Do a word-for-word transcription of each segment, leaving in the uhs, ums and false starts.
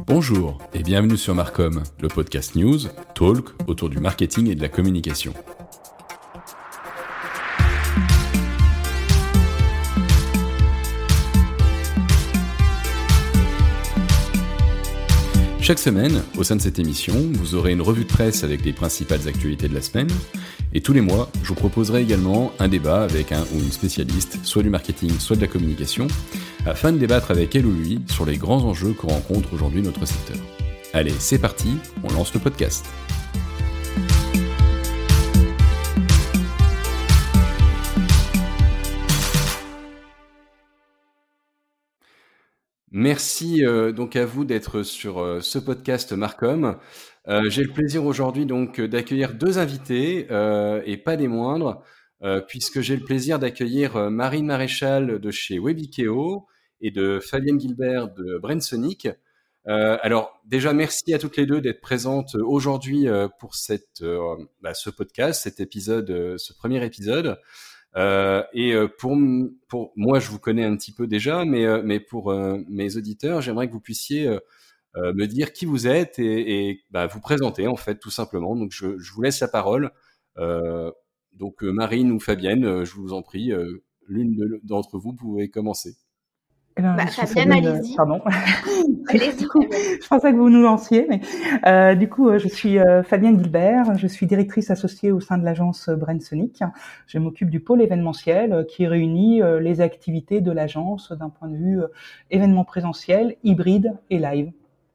Bonjour et bienvenue sur Marcom, le podcast news, talk autour du marketing et de la communication. Chaque semaine, au sein de cette émission, vous aurez une revue de presse avec les principales actualités de la semaine. Et tous les mois, je vous proposerai également un débat avec un ou une spécialiste, soit du marketing, soit de la communication, afin de débattre avec elle ou lui sur les grands enjeux que rencontre aujourd'hui notre secteur. Allez, c'est parti, on lance le podcast. Merci euh, donc à vous d'être sur euh, ce podcast Marcom. Euh, j'ai le plaisir aujourd'hui donc d'accueillir deux invités euh, et pas des moindres, euh, puisque j'ai le plaisir d'accueillir euh, Marine Maréchal de chez Webikeo et de Fabienne Gilbert de Brainsonic. Euh, alors déjà merci à toutes les deux d'être présentes aujourd'hui euh, pour cette, euh, bah, ce podcast, cet épisode, euh, ce premier épisode. Euh, et pour pour moi, je vous connais un petit peu déjà, mais euh, mais pour euh, mes auditeurs, j'aimerais que vous puissiez euh, euh, me dire qui vous êtes et, et bah, vous présenter en fait tout simplement. Donc je, je vous laisse la parole. Euh, donc euh, Marine ou Fabienne, euh, je vous en prie, euh, l'une de, d'entre vous pouvez commencer. Eh ben, bah, je suis Fabienne, Fabienne, allez-y. Pardon. Allez-y, du coup, Fabienne. je pensais que vous nous lanciez, mais euh, du coup, je suis euh, Fabienne Gilbert, je suis directrice associée au sein de l'agence Brainsonic. Je m'occupe du pôle événementiel euh, qui réunit euh, les activités de l'agence d'un point de vue euh, événement présentiel, hybride et live.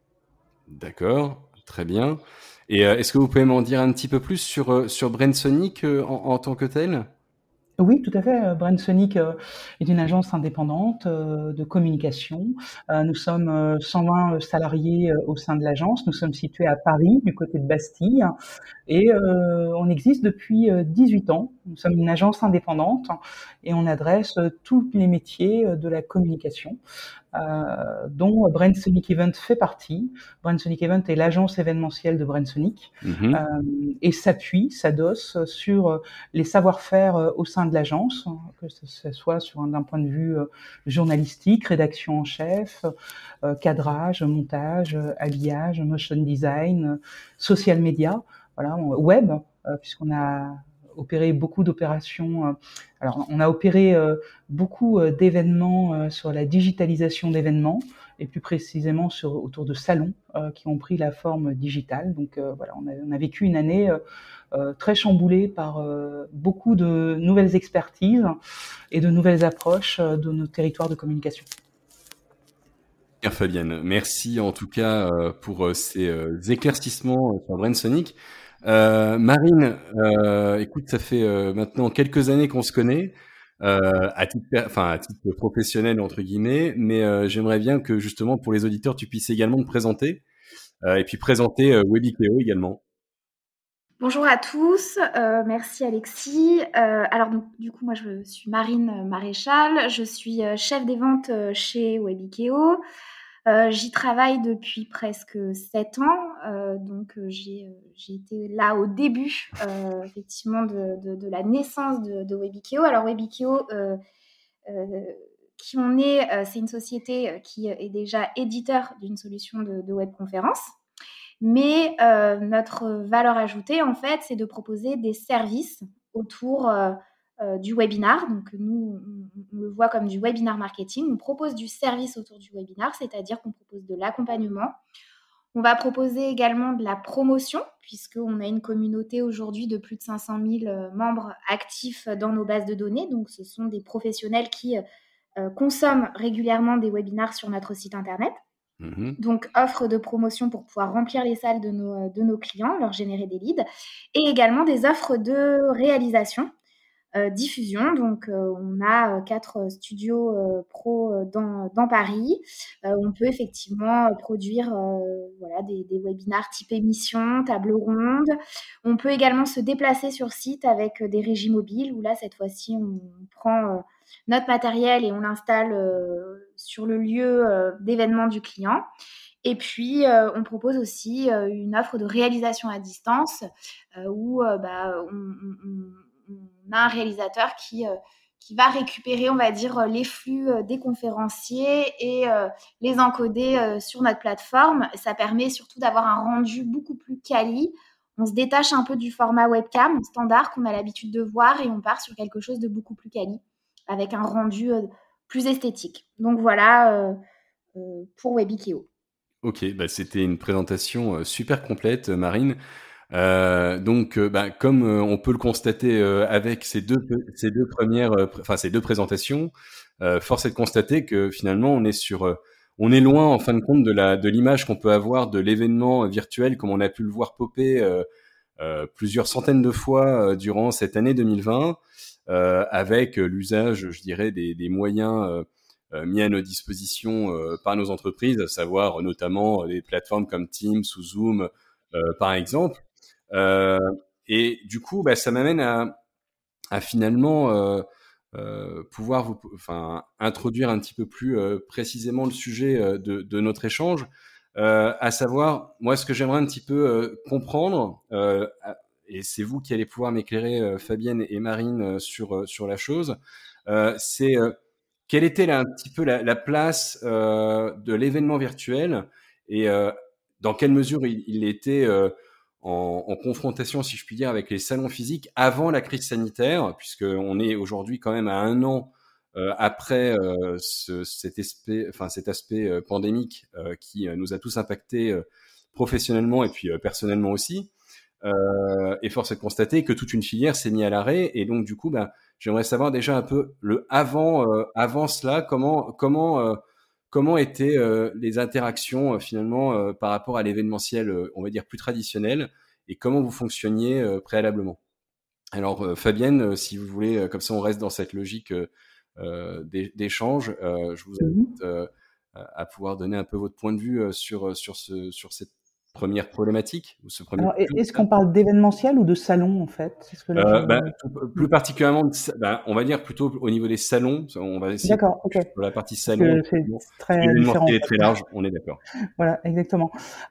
D'accord, très bien. Et euh, est-ce que vous pouvez m'en dire un petit peu plus sur euh, sur Brainsonic euh, en, en tant que tel ? Oui, tout à fait. Brainsonic est une agence indépendante de communication. Nous sommes cent vingt salariés au sein de l'agence. Nous sommes situés à Paris, du côté de Bastille, et on existe depuis dix-huit ans. Nous sommes une agence indépendante et on adresse tous les métiers de la communication, Euh, dont Brainsonic Event fait partie. Brainsonic Event est l'agence événementielle de Brainsonic Mm-hmm. euh, et s'appuie, s'adosse sur les savoir-faire au sein de l'agence, que ce soit sur un, d'un point de vue journalistique, rédaction en chef, euh, cadrage, montage, habillage, motion design, social media, voilà, web, euh, puisqu'on a opéré beaucoup d'opérations. Alors, on a opéré euh, beaucoup euh, d'événements euh, sur la digitalisation d'événements, et plus précisément sur, autour de salons euh, qui ont pris la forme digitale. Donc euh, voilà, on a, on a vécu une année euh, euh, très chamboulée par euh, beaucoup de nouvelles expertises et de nouvelles approches euh, de nos territoires de communication. Bien Fabienne, merci en tout cas euh, pour euh, ces euh, éclaircissements sur Brainsonic. Euh, Marine, euh, écoute, ça fait euh, maintenant quelques années qu'on se connaît, euh, à titre, enfin à titre professionnel entre guillemets, mais euh, j'aimerais bien que justement pour les auditeurs, tu puisses également te présenter euh, et puis présenter euh, Webikeo également. Bonjour à tous, euh, merci Alexis. Euh, alors donc, du coup, moi je suis Marine Maréchal, je suis chef des ventes chez Webikeo. Euh, j'y travaille depuis presque sept ans, euh, donc j'ai, j'ai été là au début euh, effectivement de, de, de la naissance de, de Webikeo. Alors Webikeo, euh, euh, qui on est, euh, c'est une société qui est déjà éditeur d'une solution de, de webconférence. Mais euh, notre valeur ajoutée, en fait, c'est de proposer des services autour euh, euh, du webinar. Donc, nous, on, on le voit comme du webinar marketing. On propose du service autour du webinar, c'est-à-dire qu'on propose de l'accompagnement. On va proposer également de la promotion, puisqu'on a une communauté aujourd'hui de plus de cinq cent mille membres actifs dans nos bases de données. Donc, ce sont des professionnels qui euh, consomment régulièrement des webinars sur notre site Internet. Mmh. Donc, offre de promotion pour pouvoir remplir les salles de nos, de nos clients, leur générer des leads, et également des offres de réalisation, euh, diffusion. Donc, euh, on a quatre studios euh, pro dans, dans Paris. Euh, on peut effectivement produire euh, voilà, des, des webinars type émission, table ronde. On peut également se déplacer sur site avec des régies mobiles, où là, cette fois-ci, on prend... Euh, notre matériel et on l'installe euh, sur le lieu euh, d'événement du client. Et puis, euh, on propose aussi euh, une offre de réalisation à distance euh, où euh, bah, on, on, on a un réalisateur qui, euh, qui va récupérer, on va dire, les flux euh, des conférenciers et euh, les encoder euh, sur notre plateforme. Ça permet surtout d'avoir un rendu beaucoup plus quali. On se détache un peu du format webcam standard qu'on a l'habitude de voir et on part sur quelque chose de beaucoup plus quali, avec un rendu euh, plus esthétique. Donc voilà euh, euh, pour Webikeo. Ok, bah c'était une présentation euh, super complète, euh, Marine. Euh, donc, euh, bah, comme euh, on peut le constater euh, avec ces deux, ces deux premières, euh, pr- enfin ces deux présentations, euh, force est de constater que finalement on est sur, euh, on est loin en fin de compte de la, de l'image qu'on peut avoir de l'événement virtuel comme on a pu le voir popper euh, euh, plusieurs centaines de fois euh, durant cette année deux mille vingt, euh, avec euh, l'usage, je dirais, des, des moyens euh, euh, mis à nos dispositions euh, par nos entreprises, à savoir euh, notamment euh, des plateformes comme Teams ou Zoom, euh, par exemple. Euh, et du coup, bah, ça m'amène à, à finalement euh, euh, pouvoir vous, enfin, introduire un petit peu plus euh, précisément le sujet euh, de, de notre échange, euh, à savoir, moi, ce que j'aimerais un petit peu euh, comprendre, euh, et c'est vous qui allez pouvoir m'éclairer, euh, Fabienne et Marine, euh, sur euh, sur la chose, euh, c'est euh, quelle était là, un petit peu la, la place euh, de l'événement virtuel et euh, dans quelle mesure il, il était euh, en, en confrontation, si je puis dire, avec les salons physiques avant la crise sanitaire, puisqu'on est aujourd'hui quand même à un an euh, après euh, ce, cet aspect, enfin cet aspect euh, pandémique euh, qui euh, nous a tous impactés euh, professionnellement et puis euh, personnellement aussi. Euh, et force est de constater que toute une filière s'est mise à l'arrêt. Et donc du coup, bah, j'aimerais savoir déjà un peu le avant, euh, avant cela, comment comment euh, comment étaient euh, les interactions euh, finalement euh, par rapport à l'événementiel, euh, on va dire plus traditionnel, et comment vous fonctionniez euh, préalablement. Alors euh, Fabienne, euh, si vous voulez, euh, comme ça on reste dans cette logique euh, euh, d'é- d'échange, euh, je vous invite Mhm. euh, à à pouvoir donner un peu votre point de vue euh, sur sur ce sur cette première problématique ou ce premier Alors, est- sujet. est-ce qu'on parle d'événementiel ou de salon, en fait? C'est ce que là, je... Euh, bah, tout- plus particulièrement, de sa- bah, on va dire plutôt au niveau des salons. On va essayer D'accord, ok. sur la partie Parce salon. que c'est Effectivement. Parce que très différent, l'événementiel en est très fait. large, on est d'accord. Voilà, exactement.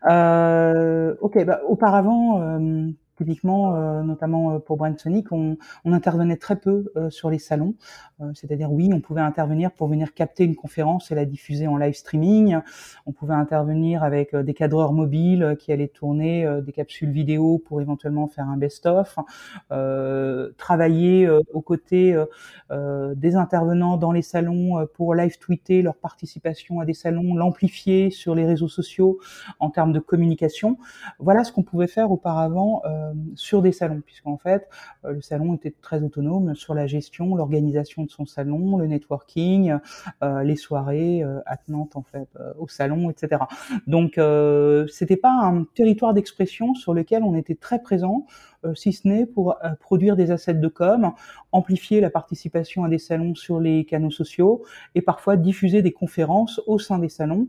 Euh, ok, bah, auparavant, euh, typiquement, euh, notamment euh, pour Brand Sonic, on, on intervenait très peu euh, sur les salons. Euh, c'est-à-dire, oui, on pouvait intervenir pour venir capter une conférence et la diffuser en live streaming. On pouvait intervenir avec euh, des cadreurs mobiles euh, qui allaient tourner euh, des capsules vidéo pour éventuellement faire un best-of. Euh, travailler euh, aux côtés euh, euh, des intervenants dans les salons euh, pour live tweeter leur participation à des salons, l'amplifier sur les réseaux sociaux en termes de communication. Voilà ce qu'on pouvait faire auparavant euh, sur des salons, puisqu'en fait, euh, le salon était très autonome sur la gestion, l'organisation de son salon, le networking, euh, les soirées euh, attenantes en fait euh, au salon, et cetera. Donc, euh, c'était pas un territoire d'expression sur lequel on était très présent, euh, si ce n'est pour euh, produire des assets de com, amplifier la participation à des salons sur les canaux sociaux et parfois diffuser des conférences au sein des salons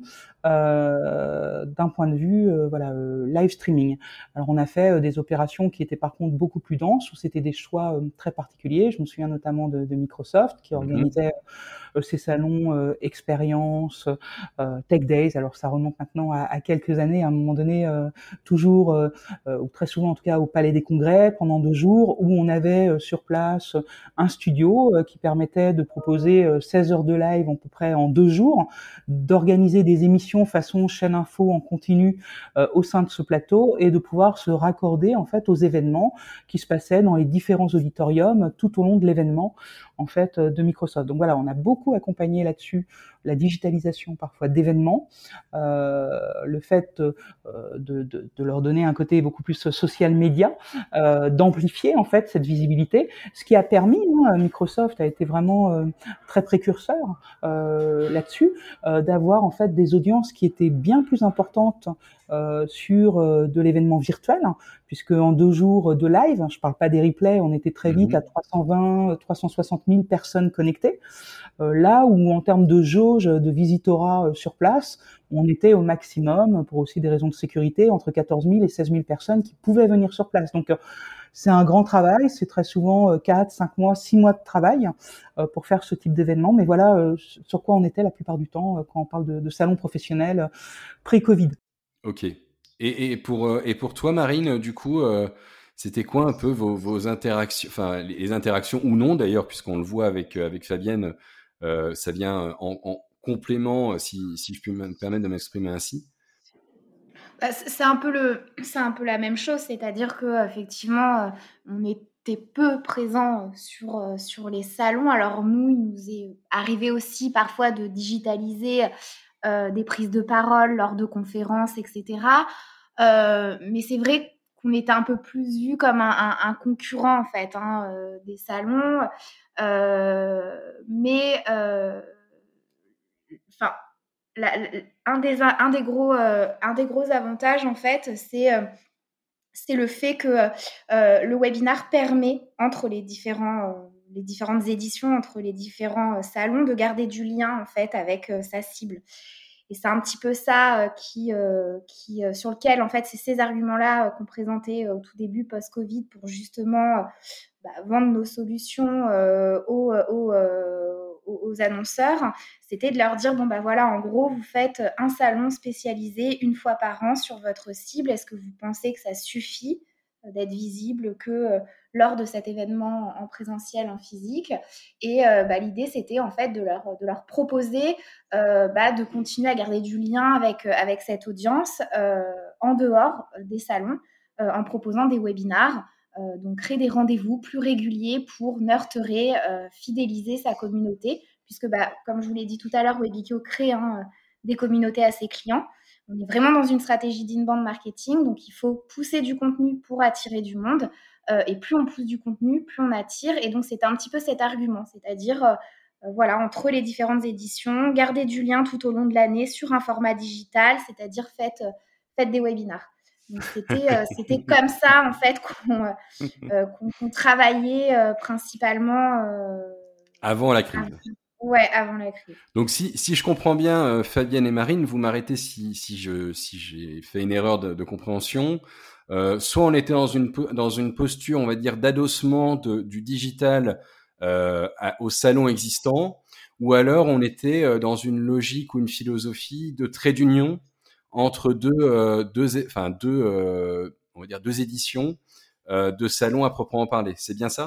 euh, d'un point de vue euh, voilà euh, live streaming. Alors on a fait euh, des opérations qui étaient par contre beaucoup plus denses où c'était des choix euh, très particuliers. Je me souviens notamment de, de Microsoft qui Mhm. organisait euh, ces salons euh, expérience, euh, Tech Days. Alors ça remonte maintenant à, à quelques années. À un moment donné, euh, toujours euh, euh, ou très souvent en tout cas au Palais des Congrès pendant deux jours où on avait euh, sur place un studio euh, qui permettait de proposer euh, seize heures de live à peu près en deux jours, d'organiser des émissions façon chaîne info en continu euh, au sein de ce plateau et de pouvoir se raccorder en fait aux événements qui se passaient dans les différents auditoriums tout au long de l'événement en fait de Microsoft. Donc voilà, on a beaucoup accompagné là-dessus la digitalisation parfois d'événements, euh, le fait euh, de, de, de leur donner un côté beaucoup plus social média, euh, d'amplifier en fait cette visibilité, ce qui a permis, hein, Microsoft a été vraiment euh, très précurseur euh, là-dessus, euh, d'avoir en fait des audiences qui étaient bien plus importantes euh, sur euh, de l'événement virtuel, hein, puisque en deux jours de live, je parle pas des replays, on était très vite Mhm. à trois cent vingt, trois cent soixante mille personnes connectées. Euh, là où en termes de jauge de visitorat euh, sur place, on était au maximum, pour aussi des raisons de sécurité, entre quatorze mille et seize mille personnes qui pouvaient venir sur place. Donc euh, c'est un grand travail, c'est très souvent euh, quatre, cinq mois, six mois de travail euh, pour faire ce type d'événement. Mais voilà euh, sur quoi on était la plupart du temps euh, quand on parle de, de salons professionnels euh, pré-Covid. Ok. Et, et pour euh, et pour toi, Marine, du coup, euh, C'était quoi un peu vos, vos interactions, enfin les, les interactions ou non d'ailleurs, puisqu'on le voit avec avec Fabienne, euh, ça vient en, en complément, si, si je puis me permettre de m'exprimer ainsi. Bah, c'est un peu le, c'est un peu la même chose, c'est-à-dire que effectivement, on était peu présents sur sur les salons. Alors nous, il nous est arrivé aussi parfois de digitaliser euh, des prises de parole lors de conférences, et cetera. Euh, mais c'est vrai qu'on était un peu plus vu comme un, un, un concurrent en fait hein, euh, des salons. Euh, mais euh, enfin. La, la, un, des, un, des gros, euh, un des gros avantages, en fait, c'est, euh, c'est le fait que euh, le webinar permet, entre les, différents, euh, les différentes éditions, entre les différents euh, salons, de garder du lien, en fait, avec euh, sa cible. Et c'est un petit peu ça euh, qui, euh, qui, euh, sur lequel, en fait, c'est ces arguments-là euh, qu'on présentait euh, au tout début, post-Covid, pour justement euh, bah, vendre nos solutions euh, aux, aux, euh, aux annonceurs, c'était de leur dire, bon, bah voilà, en gros, vous faites un salon spécialisé une fois par an sur votre cible. Est-ce que vous pensez que ça suffit d'être visible que euh, lors de cet événement en présentiel, en physique? Et euh, bah, l'idée, c'était en fait de leur, de leur proposer euh, bah, de continuer à garder du lien avec, avec cette audience euh, en dehors des salons, euh, en proposant des webinars. Euh, donc, créer des rendez-vous plus réguliers pour nurturer, euh, fidéliser sa communauté, puisque, bah, comme je vous l'ai dit tout à l'heure, Webikio crée hein, des communautés à ses clients. On est vraiment dans une stratégie d'inbound marketing, donc il faut pousser du contenu pour attirer du monde. Euh, et plus on pousse du contenu, plus on attire. Et donc, c'est un petit peu cet argument, c'est-à-dire, euh, voilà, entre les différentes éditions, garder du lien tout au long de l'année sur un format digital, c'est-à-dire faites, euh, faites des webinars. Donc c'était, euh, c'était comme ça en fait qu'on, euh, qu'on, qu'on travaillait euh, principalement euh, avant la crise. Avant, ouais, avant la crise. Donc si, si je comprends bien, euh, Fabienne et Marine, vous m'arrêtez si, si, je, si j'ai fait une erreur de, de compréhension. Euh, soit on était dans une, dans une posture, on va dire, d'adossement de, du digital euh, à, au salon existant, ou alors on était euh, dans une logique ou une philosophie de trait d'union entre deux, euh, deux, enfin deux, euh, on va dire deux éditions euh, de salons à proprement parler. C'est bien ça ?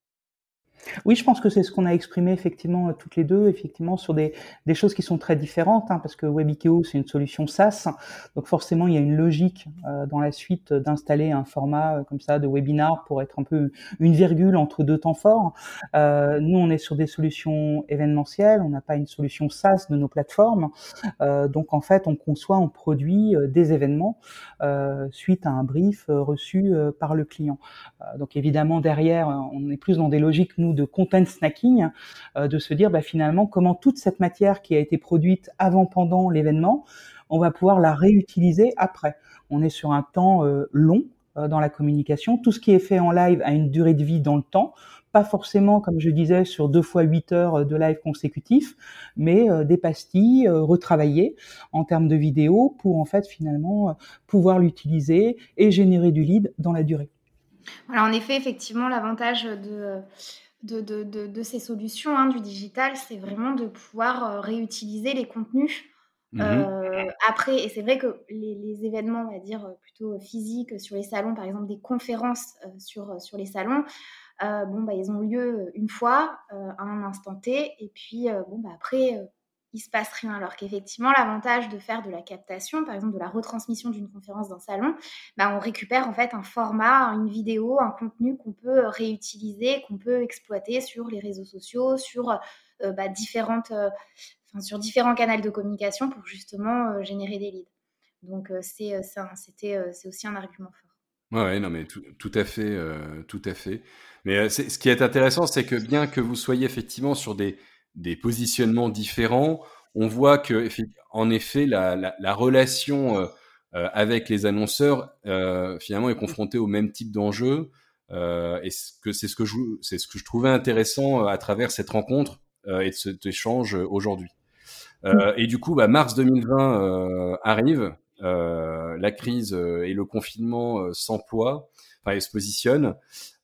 Oui, je pense que c'est ce qu'on a exprimé effectivement toutes les deux, effectivement sur des, des choses qui sont très différentes, hein, parce que Webikio c'est une solution SaaS, donc forcément il y a une logique euh, dans la suite d'installer un format euh, comme ça de webinar pour être un peu une virgule entre deux temps forts. Euh, nous on est sur des solutions événementielles, on n'a pas une solution SaaS de nos plateformes, euh, donc en fait on conçoit, on produit euh, des événements euh, suite à un brief euh, reçu euh, par le client. Euh, donc évidemment derrière on est plus dans des logiques nous de content snacking, euh, de se dire bah, finalement comment toute cette matière qui a été produite avant, pendant l'événement, on va pouvoir la réutiliser après. On est sur un temps euh, long euh, dans la communication. Tout ce qui est fait en live a une durée de vie dans le temps, pas forcément, comme je disais, sur deux fois huit heures de live consécutifs, mais euh, des pastilles euh, retravaillées en termes de vidéo pour en fait finalement euh, pouvoir l'utiliser et générer du lead dans la durée. Voilà, en effet, effectivement, l'avantage de... De, de, de, de ces solutions hein, du digital, c'est vraiment de pouvoir euh, réutiliser les contenus mmh. euh, après. Et c'est vrai que les, les événements, on va dire, plutôt physiques sur les salons, par exemple des conférences euh, sur, sur les salons, euh, bon, bah, ils ont lieu une fois, euh, à un instant T, et puis euh, bon, bah, après... Euh, il se passe rien. Alors qu'effectivement, l'avantage de faire de la captation, par exemple de la retransmission d'une conférence d'un salon, bah, on récupère en fait un format, une vidéo, un contenu qu'on peut réutiliser, qu'on peut exploiter sur les réseaux sociaux, sur euh, bah, différentes, euh, enfin, sur différents canaux de communication pour justement euh, générer des leads. Donc euh, c'est, c'est, un, c'était, euh, c'est aussi un argument fort. Ouais, ouais, non, mais tout, tout à fait, euh, tout à fait. Mais euh, c'est, ce qui est intéressant, c'est que bien que vous soyez effectivement sur des, des positionnements différents, on voit que, en effet, la, la, la relation euh, euh, avec les annonceurs euh, finalement est confrontée au même type d'enjeu. Euh, et ce que c'est ce que je c'est ce que je trouvais intéressant à travers cette rencontre euh, et de cet échange aujourd'hui. Euh, et du coup, bah, mars deux mille vingt euh, arrive. Euh, la crise euh, et le confinement euh, s'emploient, enfin, ils se positionnent.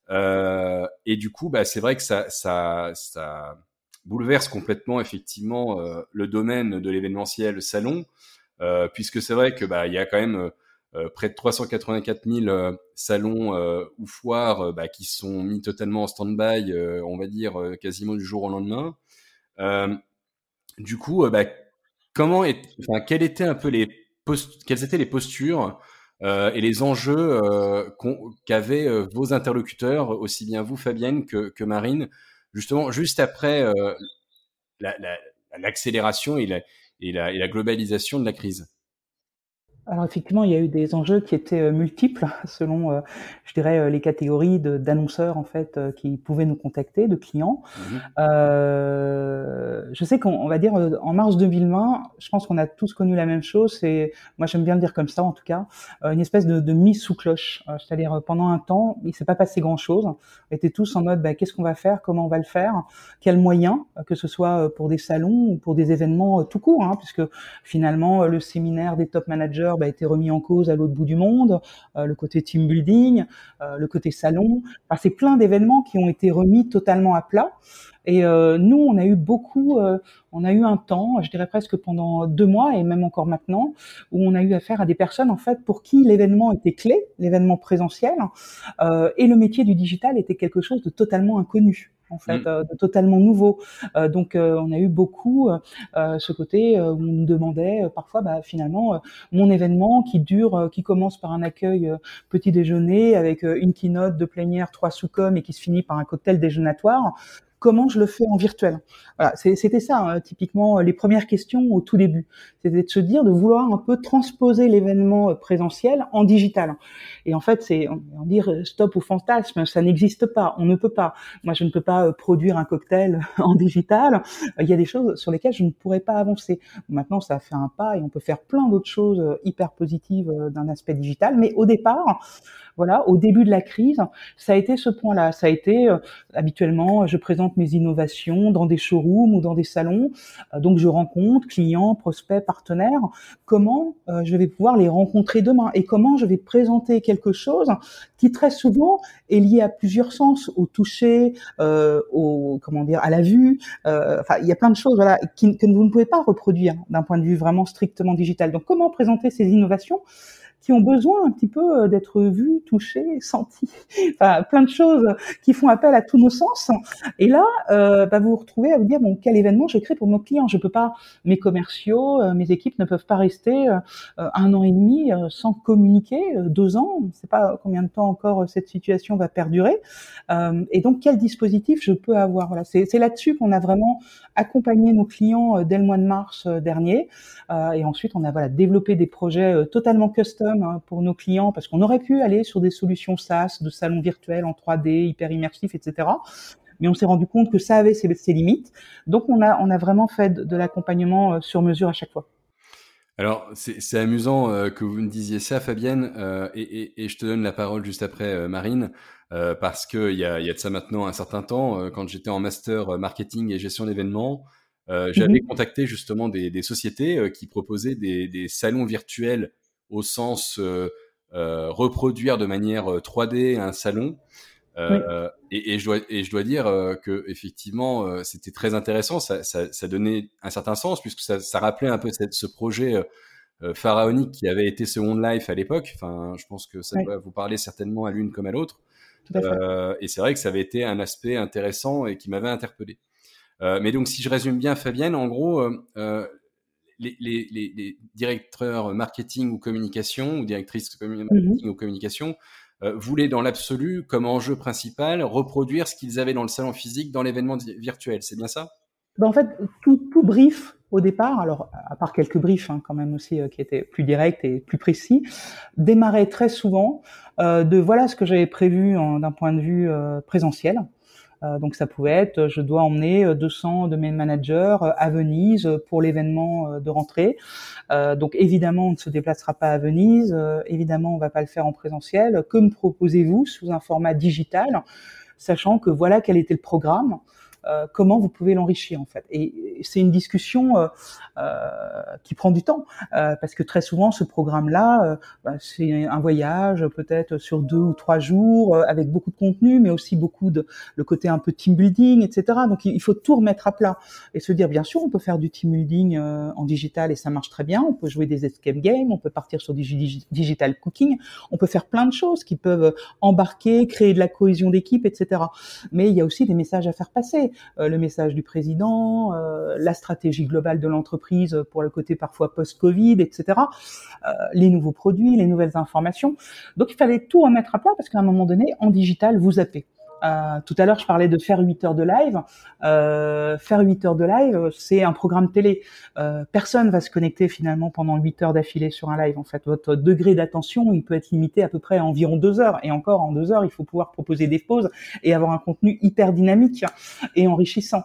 Euh, et du coup, bah, c'est vrai que ça, ça, ça bouleverse complètement effectivement euh, le domaine de l'événementiel salon, euh, puisque c'est vrai que bah, il y a quand même euh, près de trois cent quatre-vingt-quatre mille euh, salons euh, ou foires euh, bah, qui sont mis totalement en stand-by, euh, on va dire euh, quasiment du jour au lendemain. Euh, du coup, euh, bah, comment est, enfin, quelles étaient un peu les post- quelles étaient les postures euh, et les enjeux euh, qu'ont- qu'avaient euh, vos interlocuteurs, aussi bien vous, Fabienne, que, que Marine, justement, juste après euh, la- la- l'accélération et la, et, la, et la globalisation de la crise. Alors effectivement, il y a eu des enjeux qui étaient euh, multiples selon, euh, je dirais, euh, les catégories de- d'annonceurs en fait euh, qui pouvaient nous contacter, de clients. Mhm. Euh, je sais qu'on on va dire euh, en mars deux mille vingt, je pense qu'on a tous connu la même chose. C'est, moi j'aime bien le dire comme ça en tout cas, euh, une espèce de, de mise sous cloche. Euh, c'est-à-dire euh, pendant un temps, il s'est pas passé grand-chose. On était tous en mode, bah, qu'est-ce qu'on va faire, comment on va le faire, quels moyens, euh, que ce soit euh, pour des salons ou pour des événements euh, tout court, hein, puisque finalement euh, le séminaire des top managers bah, a été remis en cause à l'autre bout du monde, euh, le côté team building, euh, le côté salon. Enfin, c'est plein d'événements qui ont été remis totalement à plat. Et euh, nous, on a eu beaucoup, euh, on a eu un temps, je dirais presque pendant deux mois et même encore maintenant, où on a eu affaire à des personnes en fait pour qui l'événement était clé, l'événement présentiel, euh, et le métier du digital était quelque chose de totalement inconnu. En fait, Mm. euh, de totalement nouveau. Euh, donc, euh, on a eu beaucoup euh, ce côté euh, où on nous demandait euh, parfois, bah, finalement, euh, mon événement qui dure, euh, qui commence par un accueil euh, petit déjeuner avec euh, une keynote de plénière, trois sous-coms et qui se finit par un cocktail déjeunatoire. Comment je le fais en virtuel? Voilà, c'était ça, hein, typiquement les premières questions au tout début. C'était de se dire, de vouloir un peu transposer l'événement présentiel en digital. Et en fait, c'est on dire stop au fantasme, ça n'existe pas, on ne peut pas. Moi, je ne peux pas produire un cocktail en digital. Il y a des choses sur lesquelles je ne pourrais pas avancer. Maintenant, ça a fait un pas et on peut faire plein d'autres choses hyper positives d'un aspect digital. Mais au départ, voilà, au début de la crise, ça a été ce point-là. Ça a été, euh, habituellement, je présente mes innovations dans des showrooms ou dans des salons. Euh, donc, je rencontre clients, prospects, partenaires. Comment euh, je vais pouvoir les rencontrer demain et comment je vais présenter quelque chose qui, très souvent, est lié à plusieurs sens, au toucher, euh, au, comment dire, à la vue. Euh, enfin, il y a plein de choses, voilà, qui, que vous ne pouvez pas reproduire d'un point de vue vraiment strictement digital. Donc, comment présenter ces innovations qui ont besoin un petit peu d'être vus, touchés, sentis, enfin plein de choses qui font appel à tous nos sens. Et là, euh, bah, vous vous retrouvez à vous dire bon, quel événement je crée pour nos clients. Je peux pas, mes commerciaux, euh, mes équipes ne peuvent pas rester euh, un an et demi euh, sans communiquer, euh, deux ans. On ne sait pas combien de temps encore cette situation va perdurer. Euh, et donc quel dispositif je peux avoir. Voilà, c'est, c'est là-dessus qu'on a vraiment accompagné nos clients euh, dès le mois de mars euh, dernier. Euh, et ensuite, on a voilà développé des projets euh, totalement custom hein, pour nos clients parce qu'on aurait pu aller sur des solutions SaaS, de salons virtuels en trois D, hyper immersifs, et cetera. Mais on s'est rendu compte que ça avait ses, ses limites. Donc, on a, on a vraiment fait de, de l'accompagnement euh, sur mesure à chaque fois. Alors, c'est c'est amusant euh, que vous me disiez ça, Fabienne, euh, et, et, et je te donne la parole juste après, euh, Marine, euh, parce que il y a, il y a de ça maintenant un certain temps, euh, quand j'étais en master euh, marketing et gestion d'événements, euh, j'avais Mm-hmm. contacté justement des, des sociétés euh, qui proposaient des, des salons virtuels au sens euh, euh, reproduire de manière euh, trois D un salon. Oui. Euh, et, et, je dois, et je dois dire euh, que effectivement, euh, c'était très intéressant. Ça, ça, ça donnait un certain sens puisque ça, ça rappelait un peu cette, ce projet euh, euh, pharaonique qui avait été Second Life à l'époque. Enfin, je pense que ça Oui, doit vous parler certainement à l'une comme à l'autre. tout à fait. Euh, et c'est vrai que ça avait été un aspect intéressant et qui m'avait interpellé. Euh, mais donc, si je résume bien, Fabienne, en gros, euh, euh, les, les, les, les directeurs marketing ou communication ou directrices Mm-hmm. marketing ou communication euh, voulaient dans l'absolu, comme enjeu principal, reproduire ce qu'ils avaient dans le salon physique dans l'événement virtuel. C'est bien ça? Ben, en fait, tout, tout brief au départ, alors à part quelques briefs hein, quand même aussi euh, qui étaient plus directs et plus précis, démarrait très souvent euh, de voilà ce que j'avais prévu en, d'un point de vue euh, présentiel. Euh, donc ça pouvait être, je dois emmener deux cents de mes managers à Venise pour l'événement de rentrée. Euh, donc évidemment, on ne se déplacera pas à Venise. Euh, évidemment, on ne va pas le faire en présentiel. Que me proposez-vous sous un format digital, sachant que voilà quel était le programme. euh, comment vous pouvez l'enrichir en fait. Et c'est une discussion euh, euh, qui prend du temps euh, parce que très souvent ce programme-là, euh, bah, c'est un voyage peut-être sur deux ou trois jours euh, avec beaucoup de contenu, mais aussi beaucoup de le côté un peu team building, et cetera. Donc il faut tout remettre à plat et se dire bien sûr on peut faire du team building euh, en digital et ça marche très bien. On peut jouer des escape games, on peut partir sur du digital cooking, on peut faire plein de choses qui peuvent embarquer, créer de la cohésion d'équipe, et cetera. Mais il y a aussi des messages à faire passer. Euh, le message du président, euh, la stratégie globale de l'entreprise pour le côté parfois post-Covid, et cetera. Euh, les nouveaux produits, les nouvelles informations. Donc il fallait tout remettre à plat parce qu'à un moment donné, en digital, vous zappez. Euh, tout à l'heure, je parlais de faire huit heures de live. Euh, faire huit heures de live, c'est un programme télé. Euh, personne va se connecter finalement pendant huit heures d'affilée sur un live. En fait, votre degré d'attention, il peut être limité à peu près à environ deux heures. Et encore, en deux heures, il faut pouvoir proposer des pauses et avoir un contenu hyper dynamique et enrichissant.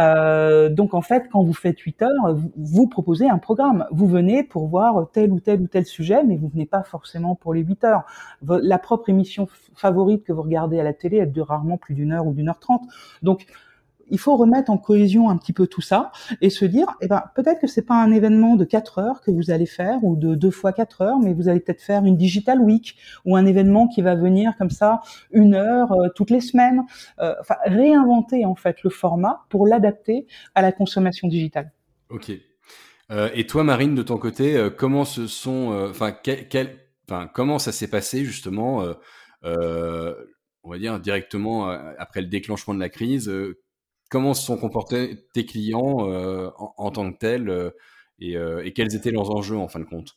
Euh, donc, en fait, quand vous faites huit heures, vous, vous proposez un programme. Vous venez pour voir tel ou tel ou tel sujet, mais vous venez pas forcément pour les huit heures. La propre émission favorite que vous regardez à la télé, elle dure rarement plus d'une heure ou d'une heure trente. Donc, il faut remettre en cohésion un petit peu tout ça et se dire, eh ben, peut-être que c'est pas un événement de quatre heures que vous allez faire ou de deux fois quatre heures, mais vous allez peut-être faire une Digital Week ou un événement qui va venir comme ça une heure euh, toutes les semaines. Euh, enfin, réinventer en fait le format pour l'adapter à la consommation digitale. Ok. Euh, et toi, Marine, de ton côté, euh, comment se sont, enfin, euh, quel, quel, enfin, comment ça s'est passé justement, euh, euh, on va dire directement euh, après le déclenchement de la crise, euh, comment se sont comportés tes clients euh, en, en tant que tels euh, et, euh, et quels étaient leurs enjeux en fin de compte?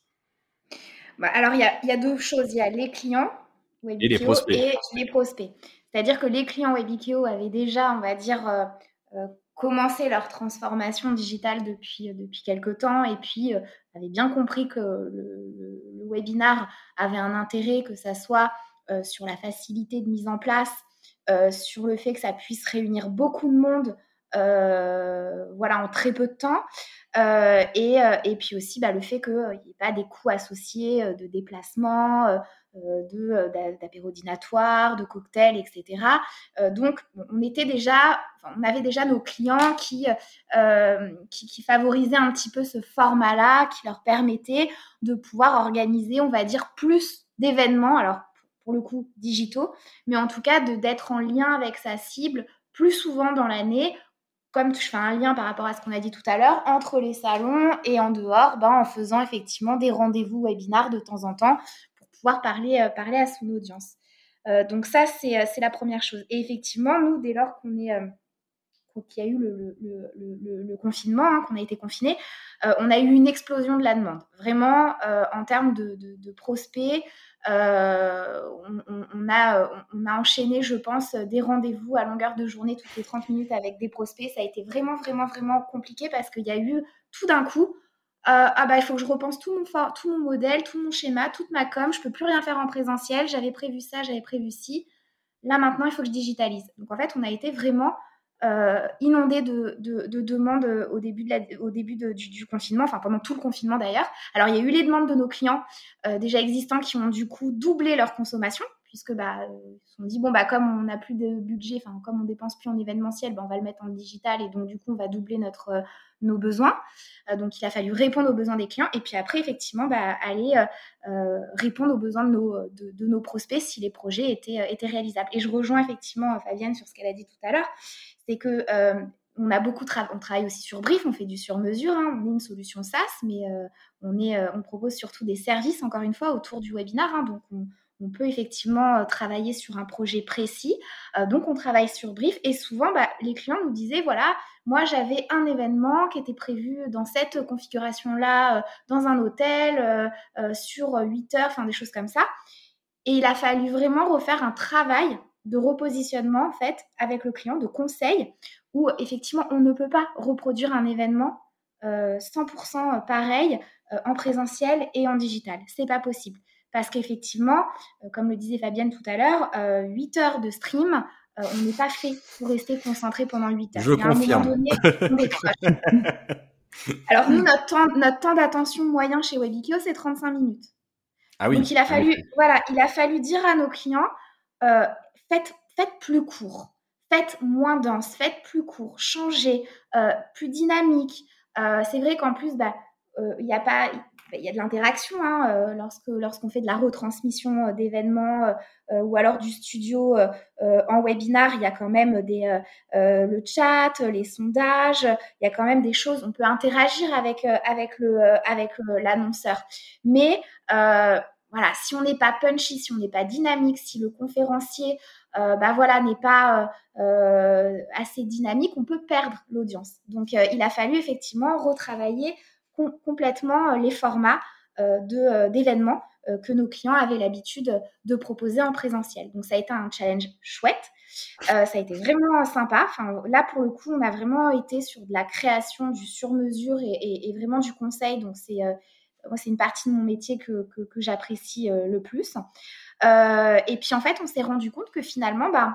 Bah, alors, il y a, il y a deux choses. Il y a les clients Et les Webikeo prospects. et les prospects. C'est-à-dire que les clients Webikeo avaient déjà, on va dire, euh, euh, commencé leur transformation digitale depuis, euh, depuis quelques temps et puis euh, avaient bien compris que le, le, le webinar avait un intérêt, que ça soit euh, sur la facilité de mise en place, euh, sur le fait que ça puisse réunir beaucoup de monde euh, voilà, en très peu de temps. Euh, et, euh, et puis aussi bah, le fait qu'il n'y euh, ait pas des coûts associés euh, de déplacement, euh, de, euh, d'apérodinatoire, de cocktails, et cetera. Euh, donc, on était déjà, enfin, on avait déjà nos clients qui, euh, qui, qui favorisaient un petit peu ce format-là, qui leur permettait de pouvoir organiser, on va dire, plus d'événements, alors pour le coup digitaux, mais en tout cas de, d'être en lien avec sa cible plus souvent dans l'année. Comme je fais un lien par rapport à ce qu'on a dit tout à l'heure, entre les salons et en dehors, ben, en faisant effectivement des rendez-vous webinars de temps en temps pour pouvoir parler, euh, parler à son audience. Euh, donc ça, c'est, c'est la première chose. Et effectivement, nous, dès lors qu'on est... Euh, qu'il y a eu le, le, le, le confinement, hein, qu'on a été confinés, euh, on a eu une explosion de la demande. Vraiment, euh, en termes de, de, de prospects, euh, on, on, a, on a enchaîné, je pense, des rendez-vous à longueur de journée, toutes les trente minutes avec des prospects. Ça a été vraiment, vraiment, vraiment compliqué parce qu'il y a eu tout d'un coup, euh, ah bah, il faut que je repense tout mon, for- tout mon modèle, tout mon schéma, toute ma com, je ne peux plus rien faire en présentiel, j'avais prévu ça, j'avais prévu ci. Là, maintenant, il faut que je digitalise. Donc, en fait, on a été vraiment... Euh, inondé de, de, de demandes au début, de la, au début de, du, du confinement, enfin pendant tout le confinement d'ailleurs. Alors il y a eu les demandes de nos clients euh, déjà existants qui ont du coup doublé leur consommation, puisque bah, ils se sont dit bon bah comme on n'a plus de budget, enfin comme on dépense plus en événementiel, bah, on va le mettre en digital et donc du coup on va doubler notre, euh, nos besoins. Euh, donc il a fallu répondre aux besoins des clients et puis après effectivement bah, aller euh, répondre aux besoins de nos, de, de nos prospects si les projets étaient, étaient réalisables. Et je rejoins effectivement Fabienne sur ce qu'elle a dit tout à l'heure. C'est que euh, on a beaucoup tra- on travaille aussi sur brief, on fait du sur-mesure, hein, on est une solution SaaS, mais euh, on, est, euh, on propose surtout des services, encore une fois, autour du webinar. Hein, donc, on, on peut effectivement euh, travailler sur un projet précis. Euh, donc, on travaille sur brief et souvent, bah, les clients nous disaient, voilà, moi, j'avais un événement qui était prévu dans cette configuration-là, euh, dans un hôtel, euh, euh, sur huit heures, enfin, des choses comme ça. Et il a fallu vraiment refaire un travail de repositionnement en fait avec le client, de conseil, où effectivement on ne peut pas reproduire un événement euh, cent pour cent pareil euh, en présentiel et en digital. C'est pas possible. Parce qu'effectivement, euh, comme le disait Fabienne tout à l'heure, euh, huit heures de stream, euh, on n'est pas fait pour rester concentré pendant huit heures. Je Il y a un confirme. moment donné, on décroche. Alors nous, notre temps, notre temps d'attention moyen chez Webikeo, c'est trente-cinq minutes. Ah oui. Donc il a fallu, voilà, il a fallu dire à nos clients, euh, faites, faites plus court, faites moins dense, faites plus court, changez, euh, plus dynamique. Euh, c'est vrai qu'en plus, bah, euh, il y a pas, il y a de l'interaction hein, euh, lorsque lorsqu'on fait de la retransmission euh, d'événements euh, euh, ou alors du studio euh, euh, en webinar, il y a quand même des euh, euh, le chat, les sondages, il y a quand même des choses. On peut interagir avec euh, avec le euh, avec le, l'annonceur, mais euh, voilà, si on n'est pas punchy, si on n'est pas dynamique, si le conférencier euh, bah voilà n'est pas euh, euh, assez dynamique, on peut perdre l'audience. Donc euh, il a fallu effectivement retravailler com- complètement les formats euh, de, euh, d'événements euh, que nos clients avaient l'habitude de proposer en présentiel. Donc ça a été un challenge chouette. Euh, ça a été vraiment sympa. Enfin, là, pour le coup, on a vraiment été sur de la création, du sur-mesure et, et, et vraiment du conseil. Donc, c'est, euh, moi, c'est une partie de mon métier que, que, que j'apprécie euh, le plus. Euh, et puis, en fait, on s'est rendu compte que finalement, bah,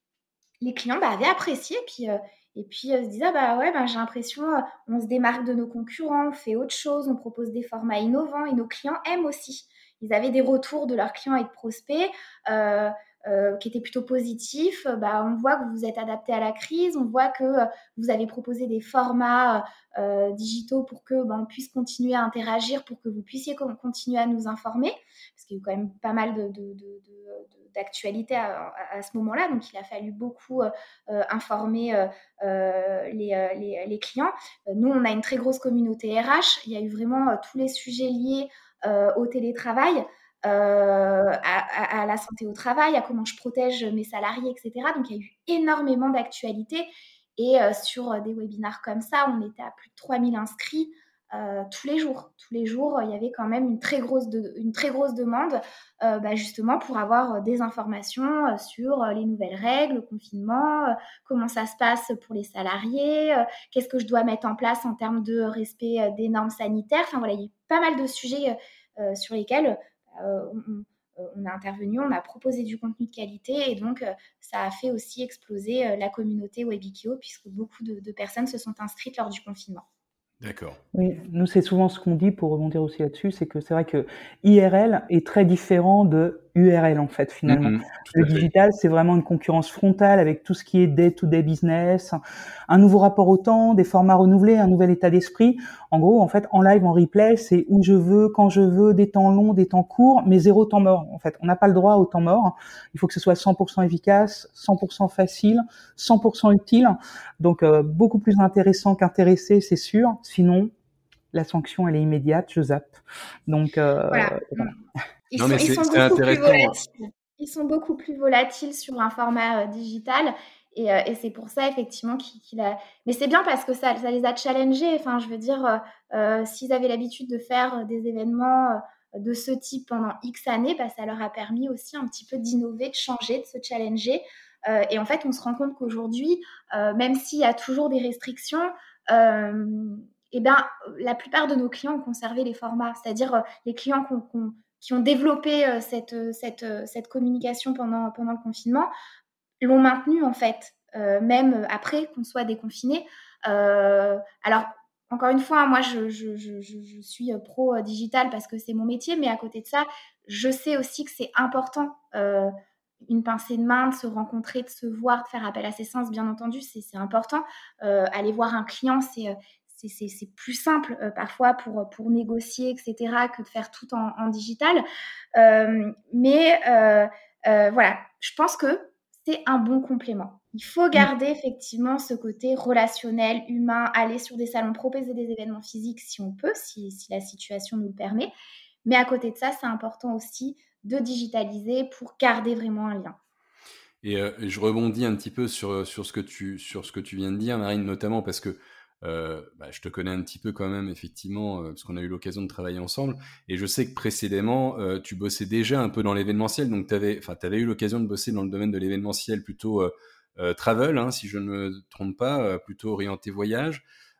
les clients bah, avaient apprécié. Et puis, euh, et puis euh, se disaient, ah, bah ouais, bah, j'ai l'impression, euh, on se démarque de nos concurrents, on fait autre chose, on propose des formats innovants et nos clients aiment aussi. Ils avaient des retours de leurs clients et de prospects euh, euh, qui étaient plutôt positifs. Bah, on voit que vous vous êtes adapté à la crise, on voit que euh, vous avez proposé des formats euh, digitaux pour que bah, on puisse continuer à interagir, pour que vous puissiez co- continuer à nous informer, parce qu'il y a eu quand même pas mal de, de, de, de, d'actualité à, à, à ce moment-là, donc il a fallu beaucoup euh, informer euh, euh, les, les, les clients. Nous, on a une très grosse communauté R H, il y a eu vraiment euh, tous les sujets liés euh, au télétravail, euh, à, à, à la santé au travail, à comment je protège mes salariés, et cetera. Donc, il y a eu énormément d'actualités. Et euh, sur des webinars comme ça, on était à plus de trois mille inscrits euh, tous les jours. Tous les jours, il y avait quand même une très grosse, de, une très grosse demande euh, bah, justement pour avoir des informations euh, sur les nouvelles règles, le confinement, euh, comment ça se passe pour les salariés, euh, qu'est-ce que je dois mettre en place en termes de respect euh, des normes sanitaires. Enfin voilà, il y a eu pas mal de sujets euh, sur lesquels euh, on, on a intervenu, on a proposé du contenu de qualité et donc euh, ça a fait aussi exploser euh, la communauté Webikio puisque beaucoup de, de personnes se sont inscrites lors du confinement. D'accord. Oui, nous, c'est souvent ce qu'on dit pour rebondir aussi là-dessus, c'est que c'est vrai que I R L est très différent de U R L, en fait, finalement. Mmh, tout Le à fait. digital, c'est vraiment une concurrence frontale avec tout ce qui est day-to-day business, un nouveau rapport au temps, des formats renouvelés, un nouvel état d'esprit. En gros, en fait, en live, en replay, c'est où je veux, quand je veux, des temps longs, des temps courts, mais zéro temps mort. En fait, on n'a pas le droit au temps mort. Il faut que ce soit cent pour cent efficace, cent pour cent facile, cent pour cent utile. Donc, euh, beaucoup plus intéressant qu'intéressé, c'est sûr. Sinon, la sanction, elle est immédiate, je zappe. Donc, euh, voilà. voilà. Ils Non, sont, mais ils c'est, sont c'est beaucoup plus intéressant. volatiles. Ils sont beaucoup plus volatiles sur un format euh, digital. Et, euh, et c'est pour ça, effectivement, qu'il, qu'il a. Mais c'est bien parce que ça, ça les a challengés. Enfin, je veux dire, euh, euh, s'ils avaient l'habitude de faire des événements euh, de ce type pendant X années, bah, ça leur a permis aussi un petit peu d'innover, de changer, de se challenger. Euh, et en fait, on se rend compte qu'aujourd'hui, euh, même s'il y a toujours des restrictions, euh, eh ben, la plupart de nos clients ont conservé les formats. C'est-à-dire, euh, les clients qu'on, qu'on qui ont développé euh, cette, cette, cette communication pendant, pendant le confinement, l'ont maintenue en fait, euh, même après qu'on soit déconfiné. Euh, alors, encore une fois, moi, je, je, je, je suis pro digital parce que c'est mon métier, mais à côté de ça, je sais aussi que c'est important, euh, une pincée de main, de se rencontrer, de se voir, de faire appel à ses sens, bien entendu, c'est, c'est important. Euh, aller voir un client, c'est... C'est, c'est, c'est plus simple euh, parfois pour, pour négocier, et cetera, que de faire tout en, en digital. Euh, mais euh, euh, voilà, je pense que c'est un bon complément. Il faut garder effectivement ce côté relationnel, humain, aller sur des salons, proposer des événements physiques si on peut, si, si la situation nous le permet. Mais à côté de ça, c'est important aussi de digitaliser pour garder vraiment un lien. Et euh, je rebondis un petit peu sur, sur, ce que tu, sur ce que tu viens de dire, Marine, notamment parce que euh, bah, je te connais un petit peu quand même, effectivement, euh, parce qu'on a eu l'occasion de travailler ensemble. Et je sais que précédemment, euh, tu bossais déjà un peu dans l'événementiel. Donc, tu avais eu l'occasion de bosser dans le domaine de l'événementiel plutôt euh, euh, travel, hein, si je ne me trompe pas, euh, plutôt orienté voyage.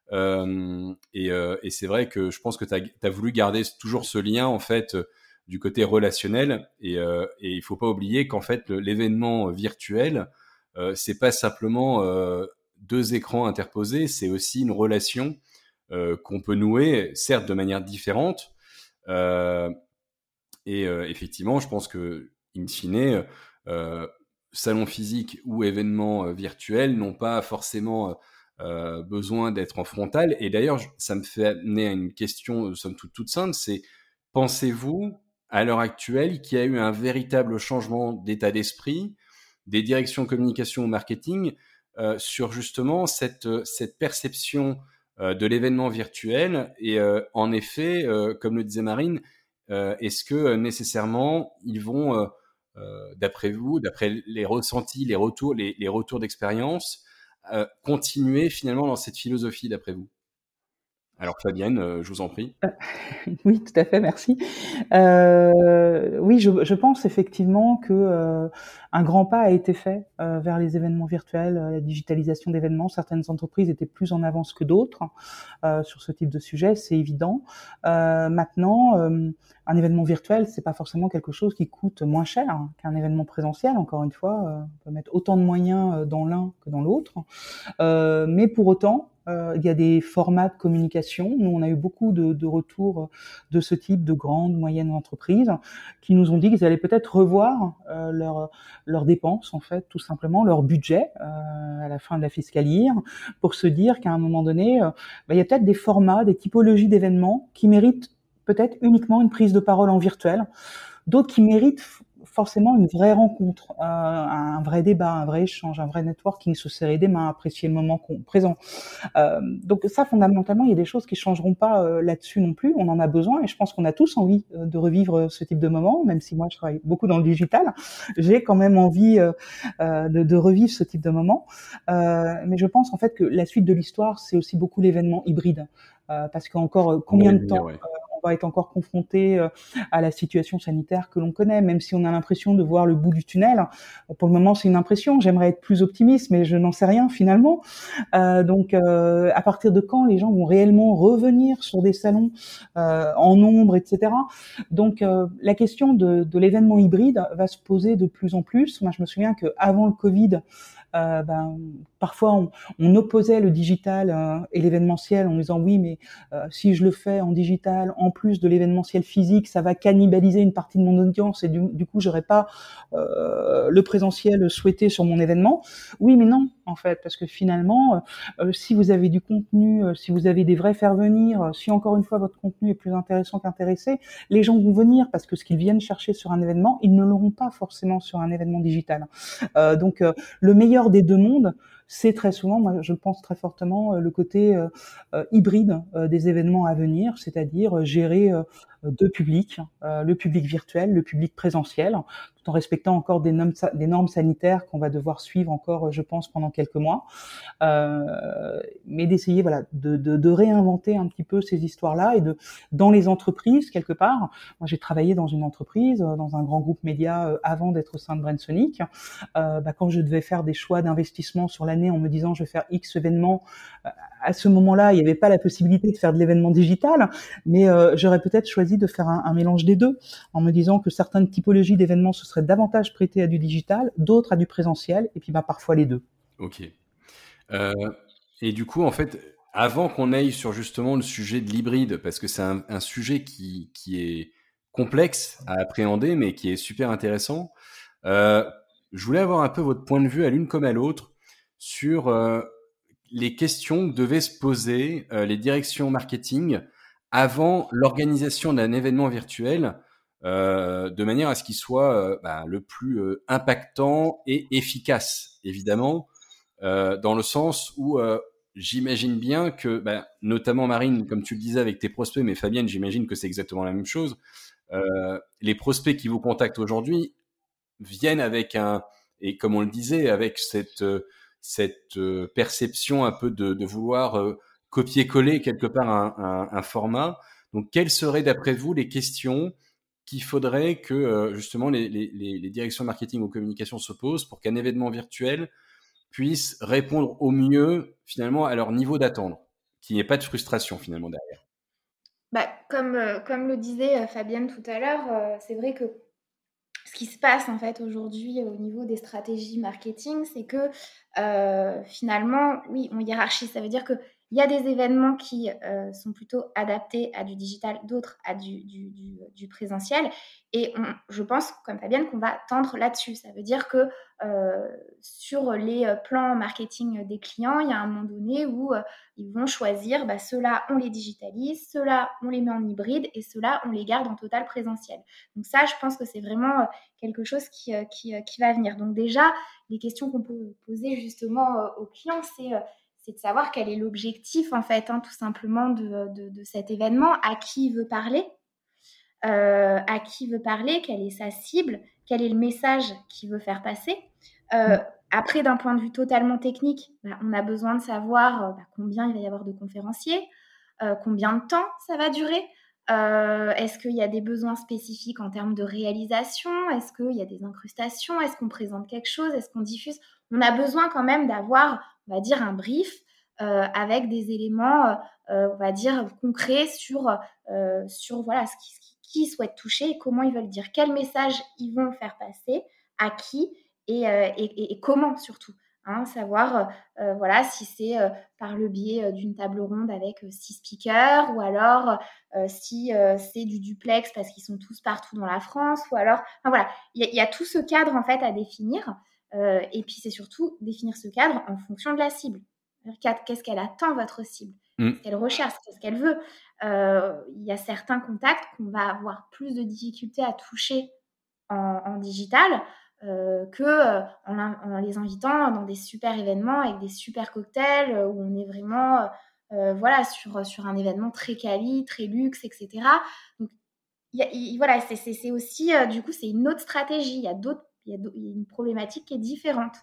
Euh, et euh, et c'est vrai que je pense que tu as voulu garder toujours ce lien, en fait, du côté relationnel, et, euh, et il faut pas oublier qu'en fait le, l'événement virtuel, euh, c'est pas simplement euh, deux écrans interposés, c'est aussi une relation euh, qu'on peut nouer, certes de manière différente, euh, et euh, effectivement, je pense que in fine, euh, salons physiques ou événements euh, virtuels n'ont pas forcément euh, besoin d'être en frontal. Et d'ailleurs, ça me fait amener à une question, euh, somme toute, toute simple, c'est pensez-vous, à l'heure actuelle, qu'il y a eu un véritable changement d'état d'esprit des directions communication ou marketing euh, sur justement cette, cette perception euh, de l'événement virtuel. Et euh, en effet, euh, comme le disait Marine, euh, est-ce que euh, nécessairement ils vont, euh, euh, d'après vous, d'après les ressentis, les retours, les, les retours d'expérience, euh, continuer finalement dans cette philosophie, d'après vous? Alors Fabienne, euh, je vous en prie. Oui, tout à fait, merci. Euh, oui, je, je pense effectivement que euh, un grand pas a été fait euh, vers les événements virtuels, euh, la digitalisation d'événements. Certaines entreprises étaient plus en avance que d'autres euh, sur ce type de sujet, c'est évident. Euh, maintenant, euh, un événement virtuel, c'est pas forcément quelque chose qui coûte moins cher hein, qu'un événement présentiel. Encore une fois, euh, on peut mettre autant de moyens dans l'un que dans l'autre. Euh, mais pour autant, euh, il y a des formats de communication. Nous, on a eu beaucoup de, de retours de ce type de grandes, moyennes entreprises qui nous ont dit qu'ils allaient peut-être revoir euh, leurs leurs dépenses, en fait, tout simplement, leur budget euh, à la fin de la fiscal year, pour se dire qu'à un moment donné, euh, bah, il y a peut-être des formats, des typologies d'événements qui méritent peut-être uniquement une prise de parole en virtuel, d'autres qui méritent forcément une vraie rencontre, euh, un vrai débat, un vrai échange, un vrai networking, se serrer des mains, apprécier le moment présent. Euh, donc ça, fondamentalement, il y a des choses qui changeront pas euh, là-dessus non plus. On en a besoin et je pense qu'on a tous envie euh, de revivre ce type de moment, même si moi je travaille beaucoup dans le digital. J'ai quand même envie euh, euh, de, de revivre ce type de moment. Euh, mais je pense en fait que la suite de l'histoire, c'est aussi beaucoup l'événement hybride. Euh, parce qu'encore combien de temps Ouais. on va être encore confronté euh, à la situation sanitaire que l'on connaît, même si on a l'impression de voir le bout du tunnel. Pour le moment, c'est une impression. J'aimerais être plus optimiste, mais je n'en sais rien finalement. Euh, donc, euh, à partir de quand les gens vont réellement revenir sur des salons euh, en nombre, et cetera. Donc, euh, la question de, de l'événement hybride va se poser de plus en plus. Moi, je me souviens qu'avant le Covid, euh, ben, parfois on, on opposait le digital euh, et l'événementiel en disant oui, mais euh, si je le fais en digital, en plus de l'événementiel physique, ça va cannibaliser une partie de mon audience et du, du coup, j'aurais pas euh, le présentiel souhaité sur mon événement. Oui, mais non, en fait, parce que finalement, euh, si vous avez du contenu, euh, si vous avez des vrais faire venir, euh, si encore une fois votre contenu est plus intéressant qu'intéressé, les gens vont venir parce que ce qu'ils viennent chercher sur un événement, ils ne l'auront pas forcément sur un événement digital. Euh, donc, euh, le meilleur des deux mondes, c'est très souvent, moi je pense très fortement, le côté euh, euh, hybride euh, des événements à venir, c'est-à-dire gérer euh, deux publics, euh, le public virtuel, le public présentiel, tout en respectant encore des normes, des normes sanitaires qu'on va devoir suivre encore, je pense, pendant quelques mois. Euh, mais d'essayer voilà de, de, de réinventer un petit peu ces histoires-là et de dans les entreprises quelque part. Moi, j'ai travaillé dans une entreprise, dans un grand groupe média euh, avant d'être au sein de Brand-Sonic. Euh, bah, quand je devais faire des choix d'investissement sur l'année en me disant je vais faire X événements, euh, à ce moment-là, il n'y avait pas la possibilité de faire de l'événement digital, mais euh, j'aurais peut-être choisi de faire un, un mélange des deux, en me disant que certaines typologies d'événements se seraient davantage prêtées à du digital, d'autres à du présentiel, et puis bah, parfois les deux. Ok. Euh, et du coup, en fait, avant qu'on aille sur justement le sujet de l'hybride, parce que c'est un, un sujet qui, qui est complexe à appréhender, mais qui est super intéressant, euh, je voulais avoir un peu votre point de vue à l'une comme à l'autre sur euh, les questions que devaient se poser euh, les directions marketing avant l'organisation d'un événement virtuel, euh, de manière à ce qu'il soit euh, bah, le plus euh, impactant et efficace, évidemment. Euh, dans le sens où euh, j'imagine bien que, bah, notamment Marine, comme tu le disais avec tes prospects, mais Fabienne, j'imagine que c'est exactement la même chose. Euh, les prospects qui vous contactent aujourd'hui viennent avec un, et comme on le disait, avec cette cette euh, perception un peu de, de vouloir euh, copier-coller quelque part un, un, un format. Donc, quelles seraient d'après vous les questions qu'il faudrait que euh, justement les, les, les directions marketing ou communication se posent pour qu'un événement virtuel puissent répondre au mieux finalement à leur niveau d'attendre, qu'il n'y ait pas de frustration finalement derrière. Bah, comme, euh, comme le disait euh, Fabienne tout à l'heure, euh, c'est vrai que ce qui se passe en fait aujourd'hui au niveau des stratégies marketing, c'est que euh, finalement, oui, on hiérarchise. Ça veut dire que Il y a des événements qui euh, sont plutôt adaptés à du digital, d'autres à du, du, du, du présentiel. Et on, je pense, comme Fabienne, qu'on va tendre là-dessus. Ça veut dire que euh, sur les plans marketing des clients, il y a un moment donné où euh, ils vont choisir, bah, ceux-là, on les digitalise, ceux-là, on les met en hybride et ceux-là, on les garde en total présentiel. Donc ça, je pense que c'est vraiment quelque chose qui, qui, qui va venir. Donc déjà, les questions qu'on peut poser justement euh, aux clients, c'est... Euh, c'est de savoir quel est l'objectif, en fait, hein, tout simplement, de, de, de cet événement, à qui il veut parler, euh, à qui il veut parler, quelle est sa cible, quel est le message qu'il veut faire passer. Euh, après, d'un point de vue totalement technique, bah, on a besoin de savoir bah, combien il va y avoir de conférenciers, euh, combien de temps ça va durer. Euh, est-ce qu'il y a des besoins spécifiques en termes de réalisation? Est-ce qu'il y a des incrustations? Est-ce qu'on présente quelque chose? Est-ce qu'on diffuse? On a besoin quand même d'avoir, on va dire, un brief euh, avec des éléments, euh, on va dire, concrets sur, euh, sur voilà, ce qui, qui ils souhaitent toucher et comment ils veulent dire, quel message ils vont faire passer, à qui et, euh, et, et, et comment surtout. Hein, savoir euh, voilà, si c'est euh, par le biais euh, d'une table ronde avec euh, six speakers ou alors euh, si euh, c'est du duplex parce qu'ils sont tous partout dans la France ou alors, enfin, voilà, il y, y a tout ce cadre en fait à définir euh, et puis c'est surtout définir ce cadre en fonction de la cible. Qu'est-ce qu'elle attend votre cible? Mm. Qu'est-ce qu'elle recherche? Qu'est-ce qu'elle veut? Euh, il y a certains contacts qu'on va avoir plus de difficultés à toucher en, en digital euh, que euh, en, en les invitant dans des super événements avec des super cocktails euh, où on est vraiment euh, voilà, sur, sur un événement très quali, très luxe, et cetera. Donc, y a, y, voilà, c'est, c'est, c'est aussi, euh, du coup, c'est une autre stratégie. Il y a d'autres, il y a, y a une problématique qui est différente.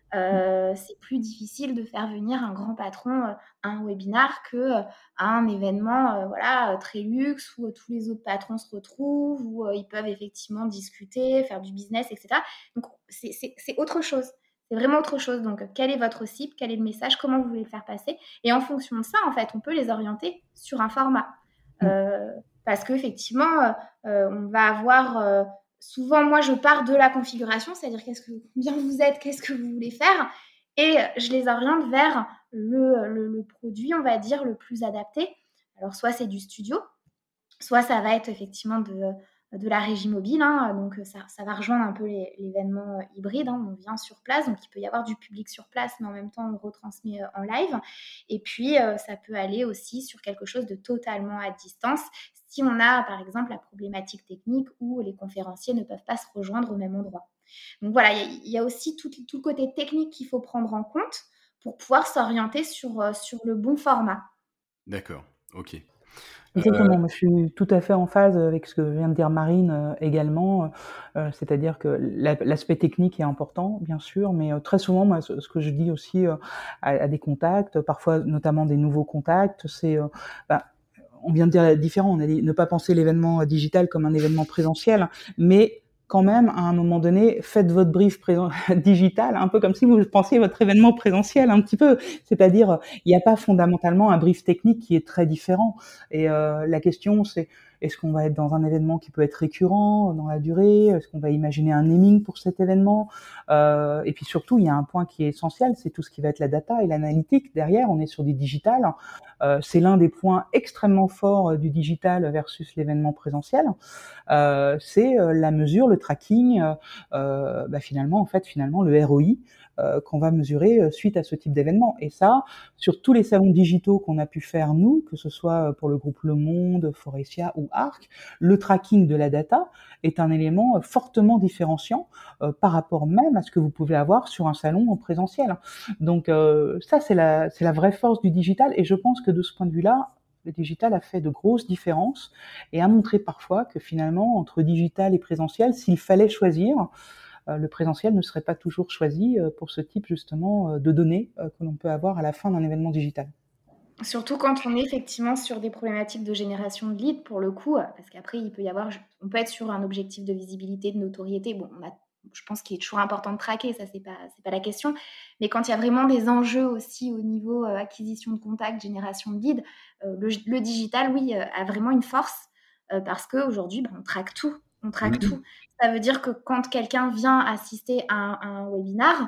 Euh, c'est plus difficile de faire venir un grand patron euh, à un webinar que euh, à un événement euh, voilà, très luxe où euh, tous les autres patrons se retrouvent, où euh, ils peuvent effectivement discuter, faire du business, et cetera. Donc, c'est, c'est, c'est autre chose. C'est vraiment autre chose. Donc, quelle est votre cible? Quel est le message? Comment vous voulez le faire passer? Et en fonction de ça, en fait, on peut les orienter sur un format. Euh, parce qu'effectivement, euh, on va avoir... Euh, souvent, moi, je pars de la configuration, c'est-à-dire qu'est-ce que, combien vous êtes, qu'est-ce que vous voulez faire, et je les oriente vers le, le, le produit, on va dire, le plus adapté. Alors, soit c'est du studio, soit ça va être effectivement de, de la régie mobile, hein, donc ça, ça va rejoindre un peu les, l'événement hybride, hein, on vient sur place, donc il peut y avoir du public sur place, mais en même temps on retransmet en live, et puis euh, ça peut aller aussi sur quelque chose de totalement à distance, si on a par exemple la problématique technique où les conférenciers ne peuvent pas se rejoindre au même endroit. Donc voilà, il y, y a aussi tout, tout le côté technique qu'il faut prendre en compte pour pouvoir s'orienter sur, sur le bon format. D'accord, ok. Exactement, euh... moi je suis tout à fait en phase avec ce que vient de dire Marine euh, également, euh, c'est-à-dire que la, l'aspect technique est important, bien sûr, mais euh, très souvent, moi, ce, ce que je dis aussi euh, à, à des contacts, parfois notamment des nouveaux contacts, c'est... Euh, bah, on vient de dire différent, on a dit ne pas penser l'événement digital comme un événement présentiel, mais quand même, à un moment donné, faites votre brief présent- digital, un peu comme si vous pensiez votre événement présentiel, un petit peu. C'est-à-dire, il n'y a pas fondamentalement un brief technique qui est très différent. Et euh, la question, c'est est-ce qu'on va être dans un événement qui peut être récurrent dans la durée? Est-ce qu'on va imaginer un naming pour cet événement? euh, Et puis surtout, il y a un point qui est essentiel, c'est tout ce qui va être la data et l'analytique. Derrière, on est sur du digital. Euh, c'est l'un des points extrêmement forts du digital versus l'événement présentiel. Euh, c'est euh, la mesure, le tracking, euh, bah finalement, en fait, finalement, le R O I euh, qu'on va mesurer suite à ce type d'événement. Et ça, sur tous les salons digitaux qu'on a pu faire nous, que ce soit pour le groupe Le Monde, Forestia ou Arc, le tracking de la data est un élément fortement différenciant euh, par rapport même à ce que vous pouvez avoir sur un salon en présentiel. Donc euh, ça, c'est la, c'est la vraie force du digital. Et je pense que de ce point de vue-là, le digital a fait de grosses différences et a montré parfois que finalement, entre digital et présentiel, s'il fallait choisir, euh, le présentiel ne serait pas toujours choisi euh, pour ce type justement euh, de données euh, que l'on peut avoir à la fin d'un événement digital. Surtout quand on est effectivement sur des problématiques de génération de leads, pour le coup, parce qu'après, il peut y avoir, on peut être sur un objectif de visibilité, de notoriété. Bon, on a, je pense qu'il est toujours important de traquer, ça, c'est pas, c'est pas la question. Mais quand il y a vraiment des enjeux aussi au niveau euh, acquisition de contacts, génération de leads, euh, le, le digital, oui, euh, a vraiment une force euh, parce qu'aujourd'hui, bah, on traque tout. On traque mmh. tout. Ça veut dire que quand quelqu'un vient assister à un, à un webinar,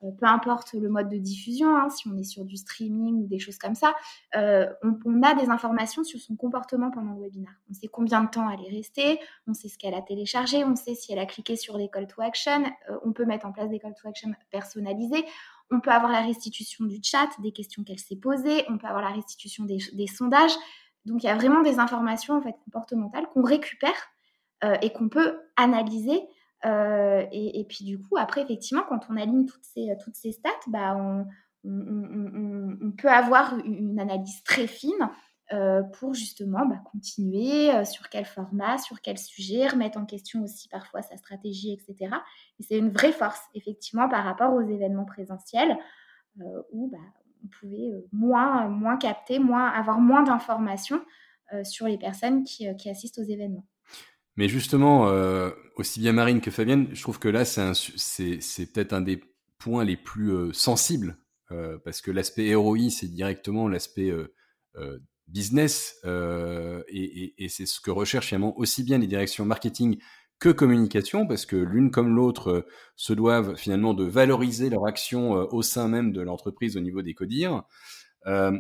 euh, peu importe le mode de diffusion, hein, si on est sur du streaming ou des choses comme ça, euh, on, on a des informations sur son comportement pendant le webinaire. On sait combien de temps elle est restée, on sait ce qu'elle a téléchargé, on sait si elle a cliqué sur les call to action, euh, on peut mettre en place des call to action personnalisés, on peut avoir la restitution du chat, des questions qu'elle s'est posées, on peut avoir la restitution des, des sondages. Donc, il y a vraiment des informations en fait, comportementales qu'on récupère euh, et qu'on peut analyser. Euh, et, et puis, du coup, après, effectivement, quand on aligne toutes ces, toutes ces stats, bah, on, on, on, on peut avoir une analyse très fine euh, pour justement bah, continuer euh, sur quel format, sur quel sujet, remettre en question aussi parfois sa stratégie, et cetera. Et c'est une vraie force, effectivement, par rapport aux événements présentiels euh, où bah, on pouvait euh, moins, moins capter, moins, avoir moins d'informations euh, sur les personnes qui, euh, qui assistent aux événements. Mais justement, euh, aussi bien Marine que Fabienne, je trouve que là, c'est, un, c'est, c'est peut-être un des points les plus euh, sensibles, euh, parce que l'aspect R O I, c'est directement l'aspect euh, euh, business, euh, et, et, et c'est ce que recherchent finalement aussi bien les directions marketing que communication, parce que l'une comme l'autre euh, se doivent finalement de valoriser leur action euh, au sein même de l'entreprise au niveau des codires. Euh,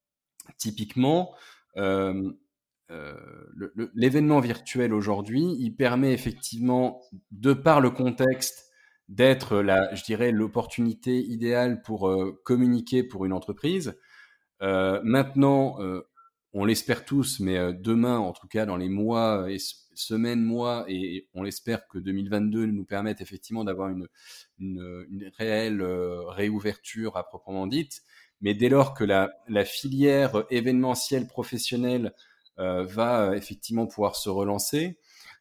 typiquement, euh, euh, le, le, l'événement virtuel aujourd'hui, il permet effectivement, de par le contexte, d'être la, je dirais, l'opportunité idéale pour euh, communiquer pour une entreprise. Euh, maintenant, euh, on l'espère tous, mais euh, demain, en tout cas dans les mois et semaines, mois, et on l'espère que deux mille vingt-deux nous permette effectivement d'avoir une, une, une réelle euh, réouverture à proprement dite. Mais dès lors que la, la filière événementielle professionnelle euh, va euh, effectivement pouvoir se relancer,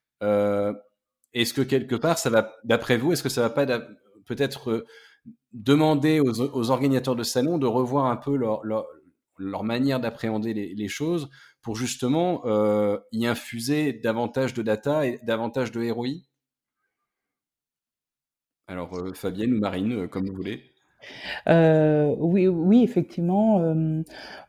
euh, est-ce que quelque part, ça va, d'après vous, est-ce que ça va pas peut-être euh, demander aux, aux organisateurs de salons de revoir un peu leur, leur, leur manière d'appréhender les, les choses pour justement euh, y infuser davantage de data et davantage de R O I? Alors, euh, Fabienne ou Marine, euh, comme vous voulez. Euh, oui, oui, effectivement, euh,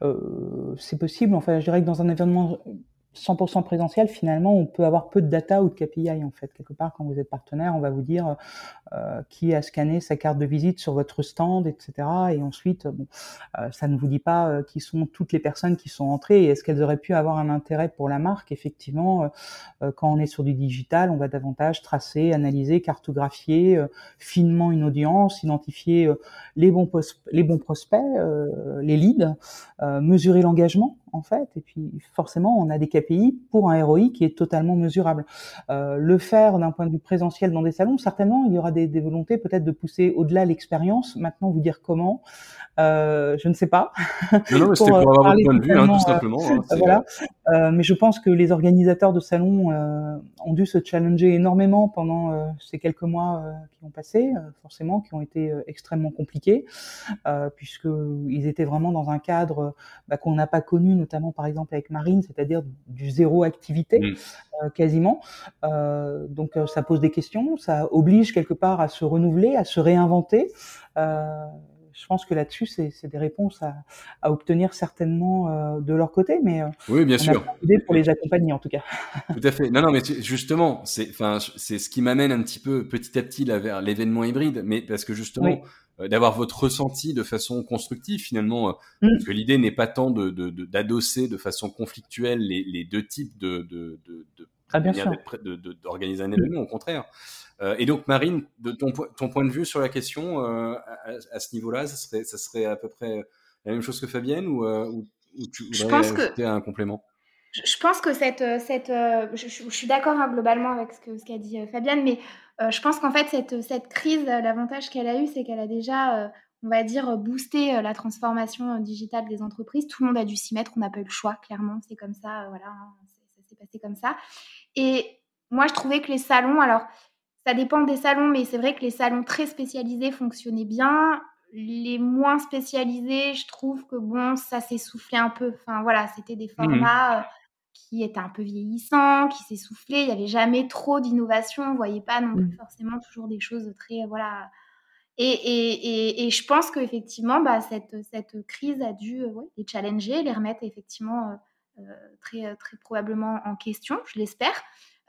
euh, c'est possible. Enfin, je dirais que dans un événement cent pour cent présentiel, finalement, on peut avoir peu de data ou de K P I, en fait. Quelque part, quand vous êtes partenaire, on va vous dire euh, qui a scanné sa carte de visite sur votre stand, et cetera. Et ensuite, bon, euh, ça ne vous dit pas euh, qui sont toutes les personnes qui sont entrées et est-ce qu'elles auraient pu avoir un intérêt pour la marque. Effectivement, euh, quand on est sur du digital, on va davantage tracer, analyser, cartographier euh, finement une audience, identifier euh, les bons pos- les bons prospects, euh, les leads, euh, mesurer l'engagement, en fait, et puis forcément, on a des K P I pour un R O I qui est totalement mesurable. Euh, le faire d'un point de vue présentiel dans des salons, certainement, il y aura des, des volontés peut-être de pousser au-delà l'expérience. Maintenant, vous dire comment, euh, je ne sais pas. Non, non, mais c'était pour pour avoir votre parler point de vue, hein, tout totalement, simplement. Hein, euh, c'est, voilà. Euh, mais je pense que les organisateurs de salons euh, ont dû se challenger énormément pendant euh, ces quelques mois euh, qui ont passé, euh, forcément, qui ont été euh, extrêmement compliqués, euh, puisque ils étaient vraiment dans un cadre bah, qu'on n'a pas connu, notamment par exemple avec Marine, c'est-à-dire du zéro activité, mm. euh, quasiment. Euh, donc euh, ça pose des questions, ça oblige quelque part à se renouveler, à se réinventer. Euh, je pense que là-dessus, c'est, c'est des réponses à, à obtenir certainement euh, de leur côté, mais euh, Oui, bien on a sûr. pas d'idée pour les accompagner en tout cas. Tout à fait. Non, non, mais c'est- justement, c'est, enfin, c'est ce qui m'amène un petit peu petit à petit là, vers l'événement hybride, mais parce que justement, Oui. euh, d'avoir votre ressenti de façon constructive, finalement, euh, parce que Mm. l'idée n'est pas tant de, de, de- d'adosser de façon conflictuelle les, les deux types de, de, de, de Ah, bien manière sûr. d'être prêt- de, de- d'organiser un Mm. événement, au contraire. Euh, et donc, Marine, de ton, po- ton point de vue sur la question, euh, à, à ce niveau-là, ça serait, ça serait à peu près la même chose que Fabienne, ou, euh, ou, ou tu Je voudrais pense que ajouter un complément? Je pense que cette, cette euh, je, je, je suis d'accord hein, globalement avec ce que ce qu'a dit euh, Fabienne, mais euh, je pense qu'en fait cette, cette crise, euh, l'avantage qu'elle a eu, c'est qu'elle a déjà, euh, on va dire, boosté euh, la transformation euh, digitale des entreprises. Tout le monde a dû s'y mettre, on n'a pas eu le choix, clairement, c'est comme ça, euh, voilà, hein, c'est- ça s'est passé comme ça. Et moi, je trouvais que les salons, alors ça dépend des salons, mais c'est vrai que les salons très spécialisés fonctionnaient bien. Les moins spécialisés, je trouve que bon, ça s'essoufflait un peu. Enfin voilà, c'était des Mhm. formats euh, qui étaient un peu vieillissants, qui s'essoufflaient. Il n'y avait jamais trop d'innovation. On ne voyait pas non plus Mm. forcément toujours des choses très euh, voilà. Et, et, et, et je pense qu'effectivement, bah, cette, cette crise a dû euh, ouais, les challenger, les remettre effectivement euh, euh, très, très probablement en question, je l'espère.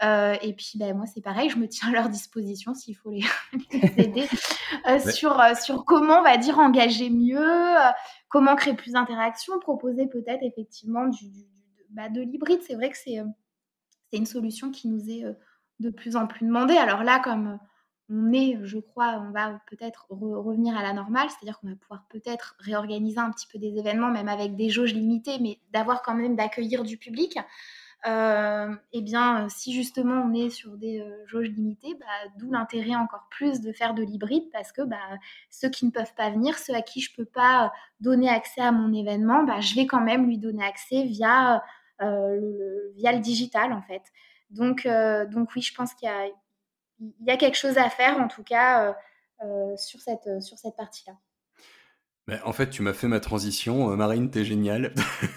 Euh, et puis, ben, moi, c'est pareil, je me tiens à leur disposition s'il faut les, les aider euh, Ouais. sur, euh, sur comment, on va dire, engager mieux, euh, comment créer plus d'interactions, proposer peut-être effectivement du, du, du- bah, de l'hybride. C'est vrai que c'est, euh, c'est une solution qui nous est euh, de plus en plus demandée. Alors là, comme euh, on est, je crois, on va peut-être re- revenir à la normale, c'est-à-dire qu'on va pouvoir peut-être réorganiser un petit peu des événements, même avec des jauges limitées, mais d'avoir quand même d'accueillir du public. Euh, eh bien, si justement on est sur des euh, jauges limitées, bah, d'où l'intérêt encore plus de faire de l'hybride parce que bah, ceux qui ne peuvent pas venir, ceux à qui je ne peux pas donner accès à mon événement, bah, je vais quand même lui donner accès via, euh, le, via le digital en fait. Donc, euh, donc oui, je pense qu'il y a, il y a quelque chose à faire en tout cas euh, euh, sur cette, sur cette partie-là. Ben, en fait, tu m'as fait ma transition. Euh, Marine, t'es géniale.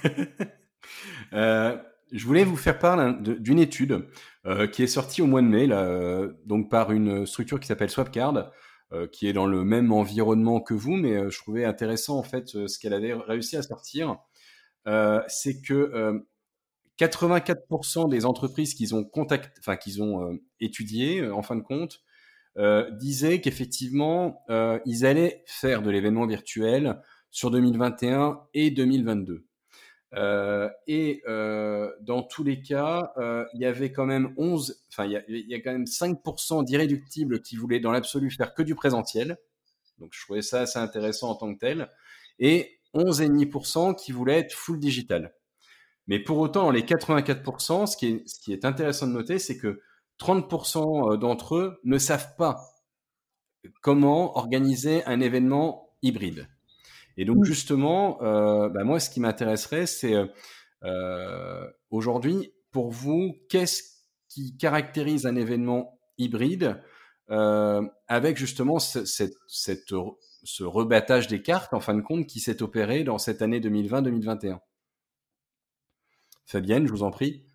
Euh, je voulais vous faire part d'un- de- d'une étude euh, qui est sortie au mois de mai, là, euh, donc par une structure qui s'appelle Swapcard, euh, qui est dans le même environnement que vous, mais euh, je trouvais intéressant en fait euh, ce qu'elle avait réussi à sortir. Euh, c'est que euh, quatre-vingt-quatre pour cent des entreprises qu'ils ont contact, enfin qu'ils ont euh, étudiées euh, en fin de compte, euh, disaient qu'effectivement euh, ils allaient faire de l'événement virtuel sur deux mille vingt et un et deux mille vingt-deux. Euh, et euh, dans tous les cas, euh, il y avait quand même onze, enfin il y a, il y a quand même cinq pour cent d'irréductibles qui voulaient dans l'absolu faire que du présentiel. Donc je trouvais ça assez intéressant en tant que tel. Et onze virgule cinq pour cent qui voulaient être full digital. Mais pour autant, dans les quatre-vingt-quatre pour cent, ce qui est, ce qui est intéressant de noter, c'est que trente pour cent d'entre eux ne savent pas comment organiser un événement hybride. Et donc Mm. justement, euh, bah moi, ce qui m'intéresserait, c'est euh, aujourd'hui, pour vous, qu'est-ce qui caractérise un événement hybride euh, avec justement ce, cette, cette, ce rebattage des cartes, en fin de compte, qui s'est opéré dans cette année deux mille vingt deux mille vingt et un. Fabienne, je vous en prie.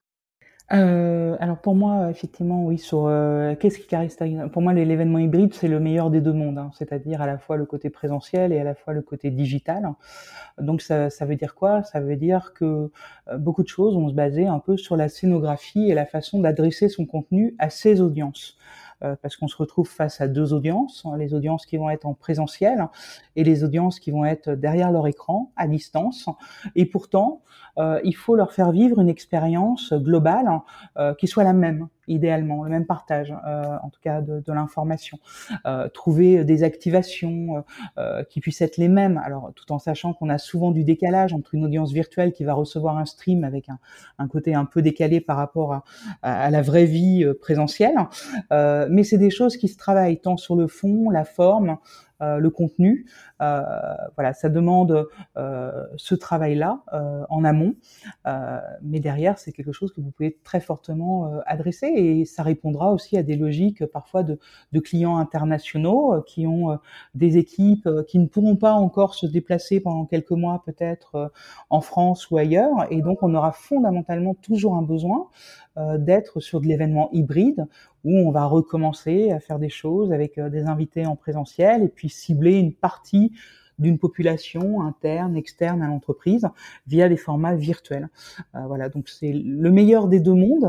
Euh, alors pour moi, effectivement, oui, sur euh, qu'est-ce qui caractérise. Pour moi, l'événement hybride, c'est le meilleur des deux mondes, hein, c'est-à-dire à la fois le côté présentiel et à la fois le côté digital. Donc ça, ça veut dire quoi? Ça veut dire que euh, beaucoup de choses vont se baser un peu sur la scénographie et la façon d'adresser son contenu à ses audiences. Euh, parce qu'on se retrouve face à deux audiences, hein, les audiences qui vont être en présentiel et les audiences qui vont être derrière leur écran, à distance. Et pourtant, euh, il faut leur faire vivre une expérience globale euh, qui soit la même, idéalement, le même partage, euh, en tout cas de, de l'information. Euh, trouver des activations euh, qui puissent être les mêmes, alors tout en sachant qu'on a souvent du décalage entre une audience virtuelle qui va recevoir un stream avec un, un côté un peu décalé par rapport à, à, à la vraie vie euh, présentielle. Euh, mais c'est des choses qui se travaillent tant sur le fond, la forme, euh, le contenu. Euh, voilà, ça demande euh, ce travail-là euh, en amont, euh, mais derrière, c'est quelque chose que vous pouvez très fortement euh, adresser et ça répondra aussi à des logiques euh, parfois de, de clients internationaux euh, qui ont euh, des équipes euh, qui ne pourront pas encore se déplacer pendant quelques mois peut-être euh, en France ou ailleurs, et donc on aura fondamentalement toujours un besoin euh, d'être sur de l'événement hybride où on va recommencer à faire des choses avec euh, des invités en présentiel et puis cibler une partie d'une population interne, externe à l'entreprise via des formats virtuels. Euh, voilà, donc c'est le meilleur des deux mondes,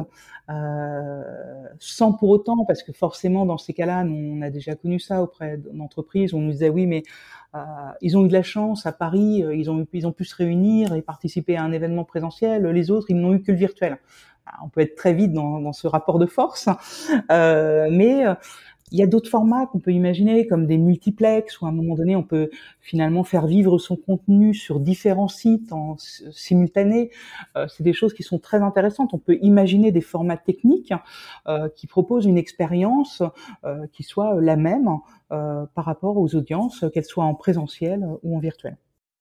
euh, sans pour autant, parce que forcément dans ces cas-là, nous, on a déjà connu ça auprès d'entreprises, on nous disait oui, mais euh, ils ont eu de la chance à Paris, euh, ils ont ils ont pu se réunir et participer à un événement présentiel, les autres ils n'ont eu que le virtuel. On peut être très vite dans, dans ce rapport de force, euh, mais euh, il y a d'autres formats qu'on peut imaginer, comme des multiplex, où à un moment donné, on peut finalement faire vivre son contenu sur différents sites en simultané. Euh, c'est des choses qui sont très intéressantes. On peut imaginer des formats techniques euh, qui proposent une expérience euh, qui soit la même euh, par rapport aux audiences, qu'elles soient en présentiel ou en virtuel.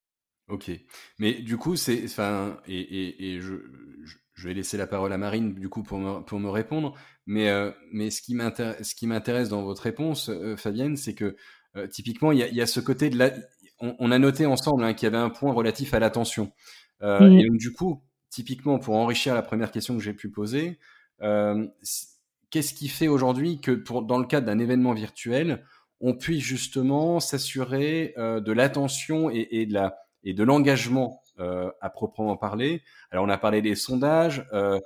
Ok. Mais du coup, c'est, enfin, et, et, et je, je, je vais laisser la parole à Marine, du coup, pour me, pour me répondre. Mais, euh, mais ce qui m'intéresse, ce qui m'intéresse dans votre réponse, euh, Fabienne, c'est que, euh, typiquement, il y a, il y a ce côté de la, on, on a noté ensemble, hein, qu'il y avait un point relatif à l'attention. Euh, Mmh. et donc, du coup, typiquement, pour enrichir la première question que j'ai pu poser, euh, qu'est-ce qui fait aujourd'hui que pour, dans le cadre d'un événement virtuel, on puisse justement s'assurer euh, de l'attention et, et de la, et de l'engagement euh, à proprement parler. Alors on a parlé des sondages. Euh,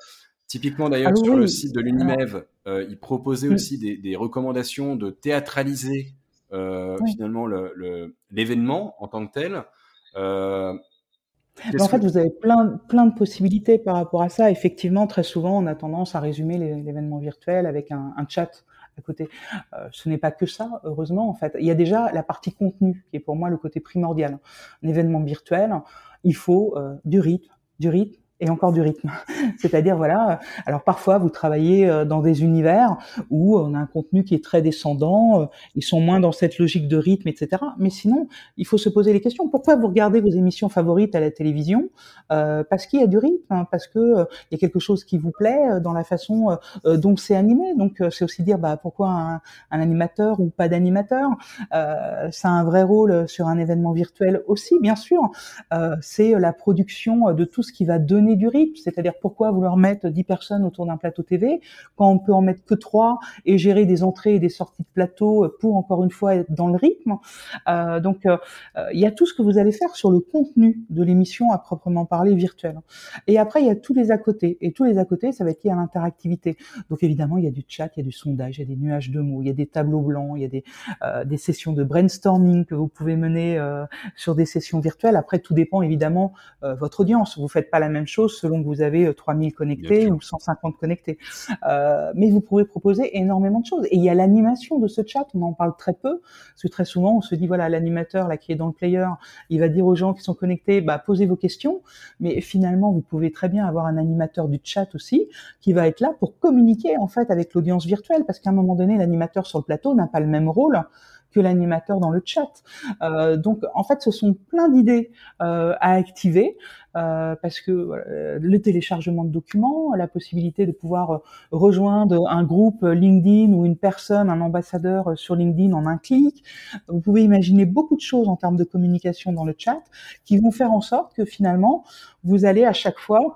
Typiquement, d'ailleurs, Alors sur le oui, site de alors, l'Unimev, euh, ils proposaient mm, aussi des, des recommandations de théâtraliser euh, oui. finalement le, le- l'événement en tant que tel. Euh, Mais en qu'est-ce que... fait, vous avez plein, plein de possibilités par rapport à ça. Effectivement, très souvent, on a tendance à résumer les- l'événement virtuel avec un, un chat à côté. Euh, ce n'est pas que ça, heureusement, en fait. Il y a déjà la partie contenu, qui est pour moi le côté primordial. Un événement virtuel, il faut euh, du rythme, du rythme et encore du rythme. C'est-à-dire, voilà, euh, alors parfois, vous travaillez euh, dans des univers où on a un contenu qui est très descendant, euh, ils sont moins dans cette logique de rythme, et cetera. Mais sinon, il faut se poser les questions. Pourquoi vous regardez vos émissions favorites à la télévision? Euh, parce qu'il y a du rythme, hein, parce que euh, il y a quelque chose qui vous plaît euh, dans la façon euh, dont c'est animé. Donc, euh, c'est aussi dire bah, pourquoi un, un animateur ou pas d'animateur. Euh, ça a un vrai rôle sur un événement virtuel aussi, bien sûr. Euh, c'est la production de tout ce qui va donner du rythme. C'est-à-dire pourquoi vouloir mettre dix personnes autour d'un plateau T V quand on peut en mettre que trois et gérer des entrées et des sorties de plateau pour, encore une fois, être dans le rythme. Euh, donc, euh, il y a tout ce que vous allez faire sur le contenu de l'émission à proprement parler virtuelle. Et après, il y a tous les à côté. Et tous les à côté, ça va être lié à l'interactivité. Donc, évidemment, il y a du chat, il y a du sondage, il y a des nuages de mots, il y a des tableaux blancs, il y a des, euh, des sessions de brainstorming que vous pouvez mener euh, sur des sessions virtuelles. Après, tout dépend évidemment euh, votre audience. Vous faites pas la même chose selon que vous avez euh, trois mille Bien connectés sûr. ou cent cinquante connectés. Euh, mais vous pouvez proposer énormément de choses. Et il y a l'animation de ce chat, on en parle très peu, parce que très souvent, on se dit, voilà, l'animateur là qui est dans le player, il va dire aux gens qui sont connectés, bah, posez vos questions. Mais finalement, vous pouvez très bien avoir un animateur du chat aussi, qui va être là pour communiquer, en fait, avec l'audience virtuelle, parce qu'à un moment donné, l'animateur sur le plateau n'a pas le même rôle que l'animateur dans le chat. Euh, donc, en fait, ce sont plein d'idées euh, à activer, euh, parce que euh, le téléchargement de documents, la possibilité de pouvoir euh, rejoindre un groupe LinkedIn ou une personne, un ambassadeur sur LinkedIn en un clic. Vous pouvez imaginer beaucoup de choses en termes de communication dans le chat qui vont faire en sorte que finalement, vous allez à chaque fois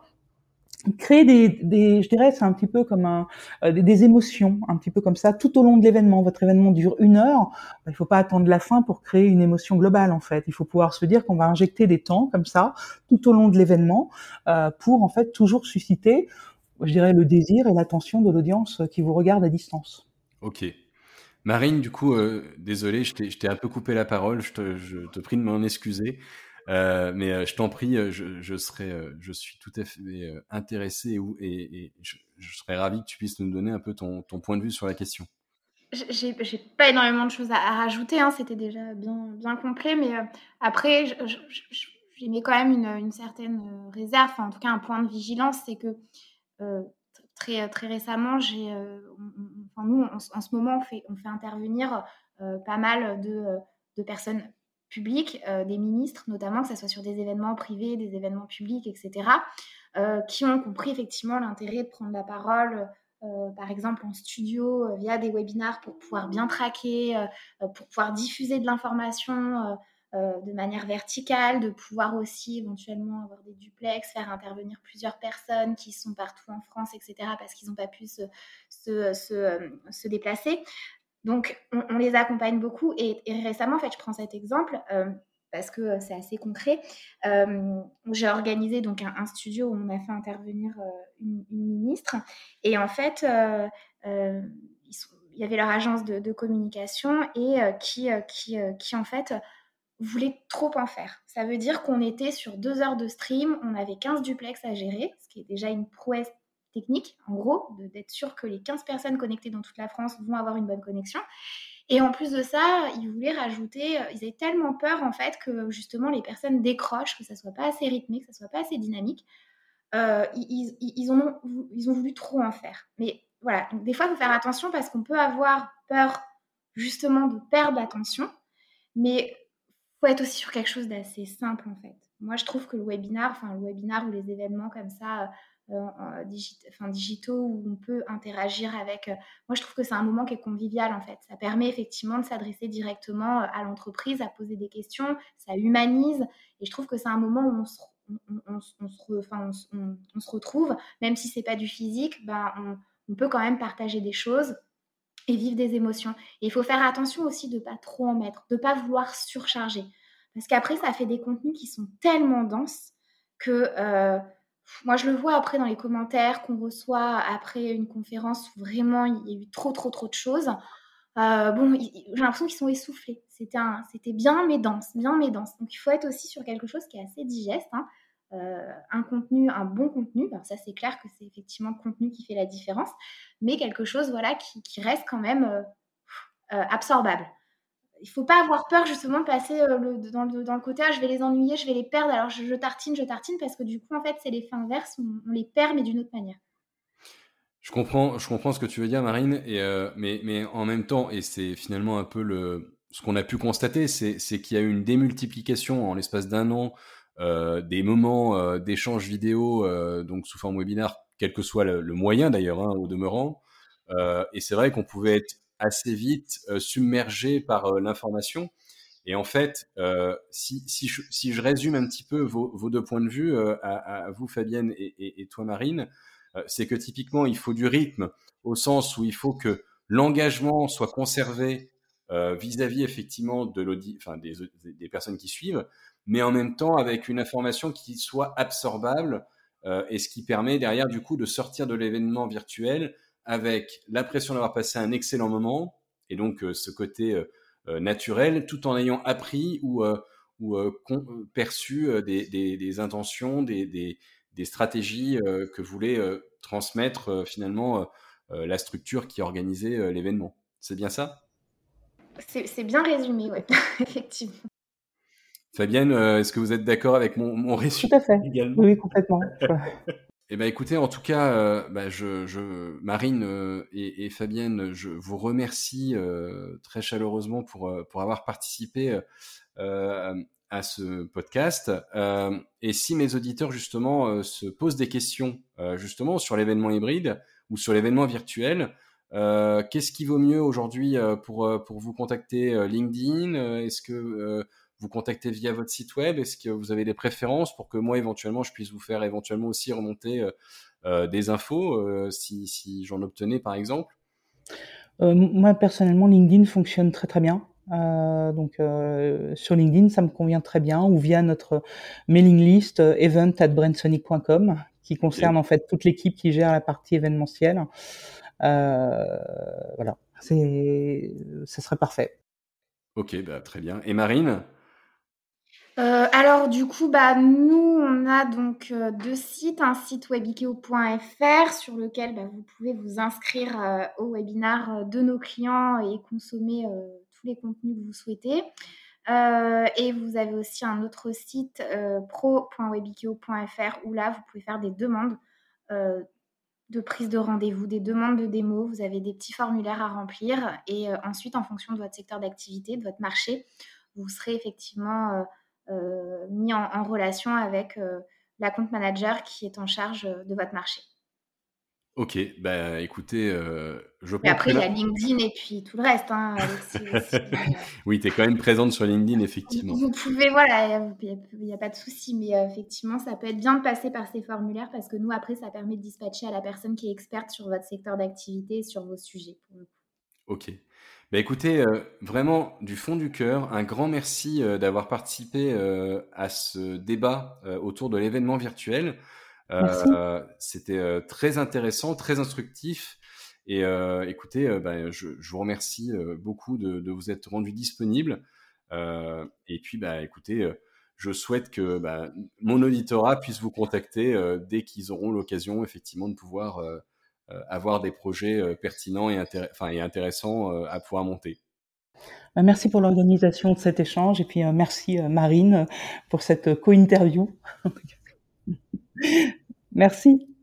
créer des, des, je dirais, c'est un petit peu comme un, euh, des, des émotions, un petit peu comme ça, tout au long de l'événement. Votre événement dure une heure, il ne faut pas attendre la fin pour créer une émotion globale, en fait. Il faut pouvoir se dire qu'on va injecter des temps comme ça, tout au long de l'événement, euh, pour, en fait, toujours susciter, je dirais, le désir et l'attention de l'audience qui vous regarde à distance. Ok. Marine, du coup, euh, désolé, je t'ai, je t'ai un peu coupé la parole, je te, je te prie de m'en excuser, euh, mais euh, je t'en prie, euh, je, je serais, euh, je suis tout à fait euh, intéressé ou- et, et je, je serais ravi que tu puisses nous donner un peu ton, ton point de vue sur la question. J'ai j'ai pas énormément de choses à, à rajouter, hein, c'était déjà bien, bien complet, mais euh, après, je- je- je- j'ai mis quand même une, une certaine euh, réserve, enfin, en tout cas un point de vigilance, c'est que euh, t- très, très récemment, j'ai, euh, on- on- enfin, nous, en, en ce moment, on fait, on fait intervenir euh, pas mal de, euh, de personnes publiques, euh, des ministres notamment, que ce soit sur des événements privés, des événements publics, et cetera, euh, qui ont compris effectivement l'intérêt de prendre la parole euh, par exemple en studio, euh, via des webinars pour pouvoir bien traquer, euh, pour pouvoir diffuser de l'information euh, euh, de manière verticale, de pouvoir aussi éventuellement avoir des duplex, faire intervenir plusieurs personnes qui sont partout en France, et cetera, parce qu'ils n'ont pas pu se, se, se, se déplacer. Donc, on, on les accompagne beaucoup. Et, et récemment, en fait, je prends cet exemple euh, parce que euh, c'est assez concret. Euh, j'ai organisé donc un, un studio où on a fait intervenir euh, une, une ministre. Et en fait, euh, euh, ils sont- il y avait leur agence de, de communication et euh, qui, euh, qui, euh, qui, en fait, voulait trop en faire. Ça veut dire qu'on était sur deux heures de stream, on avait quinze duplex à gérer, ce qui est déjà une prouesse technique, en gros, de, d'être sûr que les quinze personnes connectées dans toute la France vont avoir une bonne connexion. Et en plus de ça, ils voulaient rajouter, ils avaient tellement peur en fait que justement les personnes décrochent, que ça soit pas assez rythmé, que ça soit pas assez dynamique. Euh, ils, ils, ils, ont, ils ont voulu trop en faire. Mais voilà, donc des fois, il faut faire attention parce qu'on peut avoir peur justement de perdre l'attention, mais faut être aussi sur quelque chose d'assez simple en fait. Moi, je trouve que le webinar, enfin le webinar ou les événements comme ça, euh, euh, digit, enfin, digitaux où on peut interagir avec. Euh, moi, je trouve que c'est un moment qui est convivial en fait. Ça permet effectivement de s'adresser directement à l'entreprise, à poser des questions, ça humanise. Et je trouve que c'est un moment où on se, on, on, on se, re, enfin, on, on, on se retrouve, même si c'est pas du physique, ben on, on peut quand même partager des choses et vivre des émotions. Et il faut faire attention aussi de ne pas trop en mettre, de ne pas vouloir surcharger. Parce qu'après, ça fait des contenus qui sont tellement denses que, euh, moi, je le vois après dans les commentaires qu'on reçoit après une conférence où vraiment il y a eu trop, trop, trop de choses. Euh, bon, il- il- j'ai l'impression qu'ils sont essoufflés. C'était un, c'était bien mais dense, bien mais dense. Donc, il faut être aussi sur quelque chose qui est assez digeste, hein. Euh, un contenu, un bon contenu. Alors ça, c'est clair que c'est effectivement le contenu qui fait la différence, mais quelque chose, voilà, qui, qui reste quand même euh, euh, absorbable. Il faut pas avoir peur justement de passer euh, le- dans, le, dans le côté ah, je vais les ennuyer, je vais les perdre, alors je, je tartine, je tartine, parce que du coup, en fait, c'est l'effet inverse, on, on les perd, mais d'une autre manière. Je comprends, je comprends ce que tu veux dire, Marine, et euh, mais mais en même temps, et c'est finalement un peu le ce qu'on a pu constater, c'est c'est qu'il y a eu une démultiplication en l'espace d'un an euh, des moments euh, d'échange vidéo, euh, donc sous forme webinar, quel que soit le, le moyen d'ailleurs, hein, au demeurant. Euh, et c'est vrai qu'on pouvait être assez vite euh, submergé par euh, l'information. Et en fait, euh, si, si, je, si je résume un petit peu vos, vos deux points de vue, euh, à, à vous Fabienne et, et, et toi Marine, euh, c'est que typiquement il faut du rythme au sens où il faut que l'engagement soit conservé euh, vis-à-vis effectivement de l'audi, enfin des, des personnes qui suivent, mais en même temps avec une information qui soit absorbable euh, et ce qui permet derrière du coup de sortir de l'événement virtuel avec l'impression d'avoir passé un excellent moment et donc euh, ce côté euh, euh, naturel, tout en ayant appris ou, euh, ou euh, con, perçu euh, des, des, des, intentions, des, des, des stratégies euh, que voulait euh, transmettre euh, finalement euh, la structure qui organisait euh, l'événement. C'est bien ça? C'est, c'est bien résumé, oui, effectivement. Fabienne, euh, est-ce que vous êtes d'accord avec mon, mon résumé Tout à fait. également? Oui, oui, complètement. Eh ben, écoutez, en tout cas, euh, bah, je, je, Marine euh, et, et Fabienne, je vous remercie euh, très chaleureusement pour, euh, pour avoir participé euh, à ce podcast. Euh, et si mes auditeurs justement euh, se posent des questions euh, justement sur l'événement hybride ou sur l'événement virtuel, euh, qu'est-ce qui vaut mieux aujourd'hui euh, pour euh, pour vous contacter euh, LinkedIn? Euh, Est-ce que euh, vous contactez via votre site web? Est-ce que vous avez des préférences pour que moi éventuellement je puisse vous faire éventuellement aussi remonter euh, euh, des infos euh, si si j'en obtenais par exemple? Euh, moi personnellement, LinkedIn fonctionne très très bien. Euh, donc euh, sur LinkedIn, ça me convient très bien, ou via notre mailing list euh, event at brainsonic point com qui concerne Okay. en fait toute l'équipe qui gère la partie événementielle. Euh, voilà, c'est, ça serait parfait. Ok, bah, très bien. Et Marine? Euh, alors du coup, bah, nous, on a donc euh, deux sites, un site webikeo point f r sur lequel bah, vous pouvez vous inscrire euh, au webinar de nos clients et consommer euh, tous les contenus que vous souhaitez. Euh, et vous avez aussi un autre site, euh, pro point webikeo point f r, où là, vous pouvez faire des demandes euh, de prise de rendez-vous, des demandes de démo. Vous avez des petits formulaires à remplir et euh, ensuite, en fonction de votre secteur d'activité, de votre marché, vous serez effectivement euh, euh, mis en, en relation avec euh, la compte manager qui est en charge de votre marché. Ok, bah écoutez, euh, je Et pense après, que il y là... a LinkedIn et puis tout le reste, hein, Alexis aussi. Oui, tu es quand même présente sur LinkedIn, effectivement. Vous pouvez, voilà, il n'y a, a pas de souci, mais euh, effectivement, ça peut être bien de passer par ces formulaires parce que nous, après, ça permet de dispatcher à la personne qui est experte sur votre secteur d'activité et sur vos sujets. Pour le coup. Ok. Bah écoutez, euh, vraiment du fond du cœur, un grand merci euh, d'avoir participé euh, à ce débat euh, autour de l'événement virtuel. Merci. Euh, C'était euh, très intéressant, très instructif. Et euh, écoutez, euh, bah, je, je vous remercie euh, beaucoup de, de vous être rendu disponible. Euh, et puis, bah, écoutez, euh, je souhaite que bah, mon auditorat puisse vous contacter euh, dès qu'ils auront l'occasion, effectivement, de pouvoir euh, euh, avoir des projets euh, pertinents et, intér- enfin, et intéressants euh, à pouvoir monter. Bah, merci pour l'organisation de cet échange et puis euh, merci euh, Marine pour cette co-interview. Merci.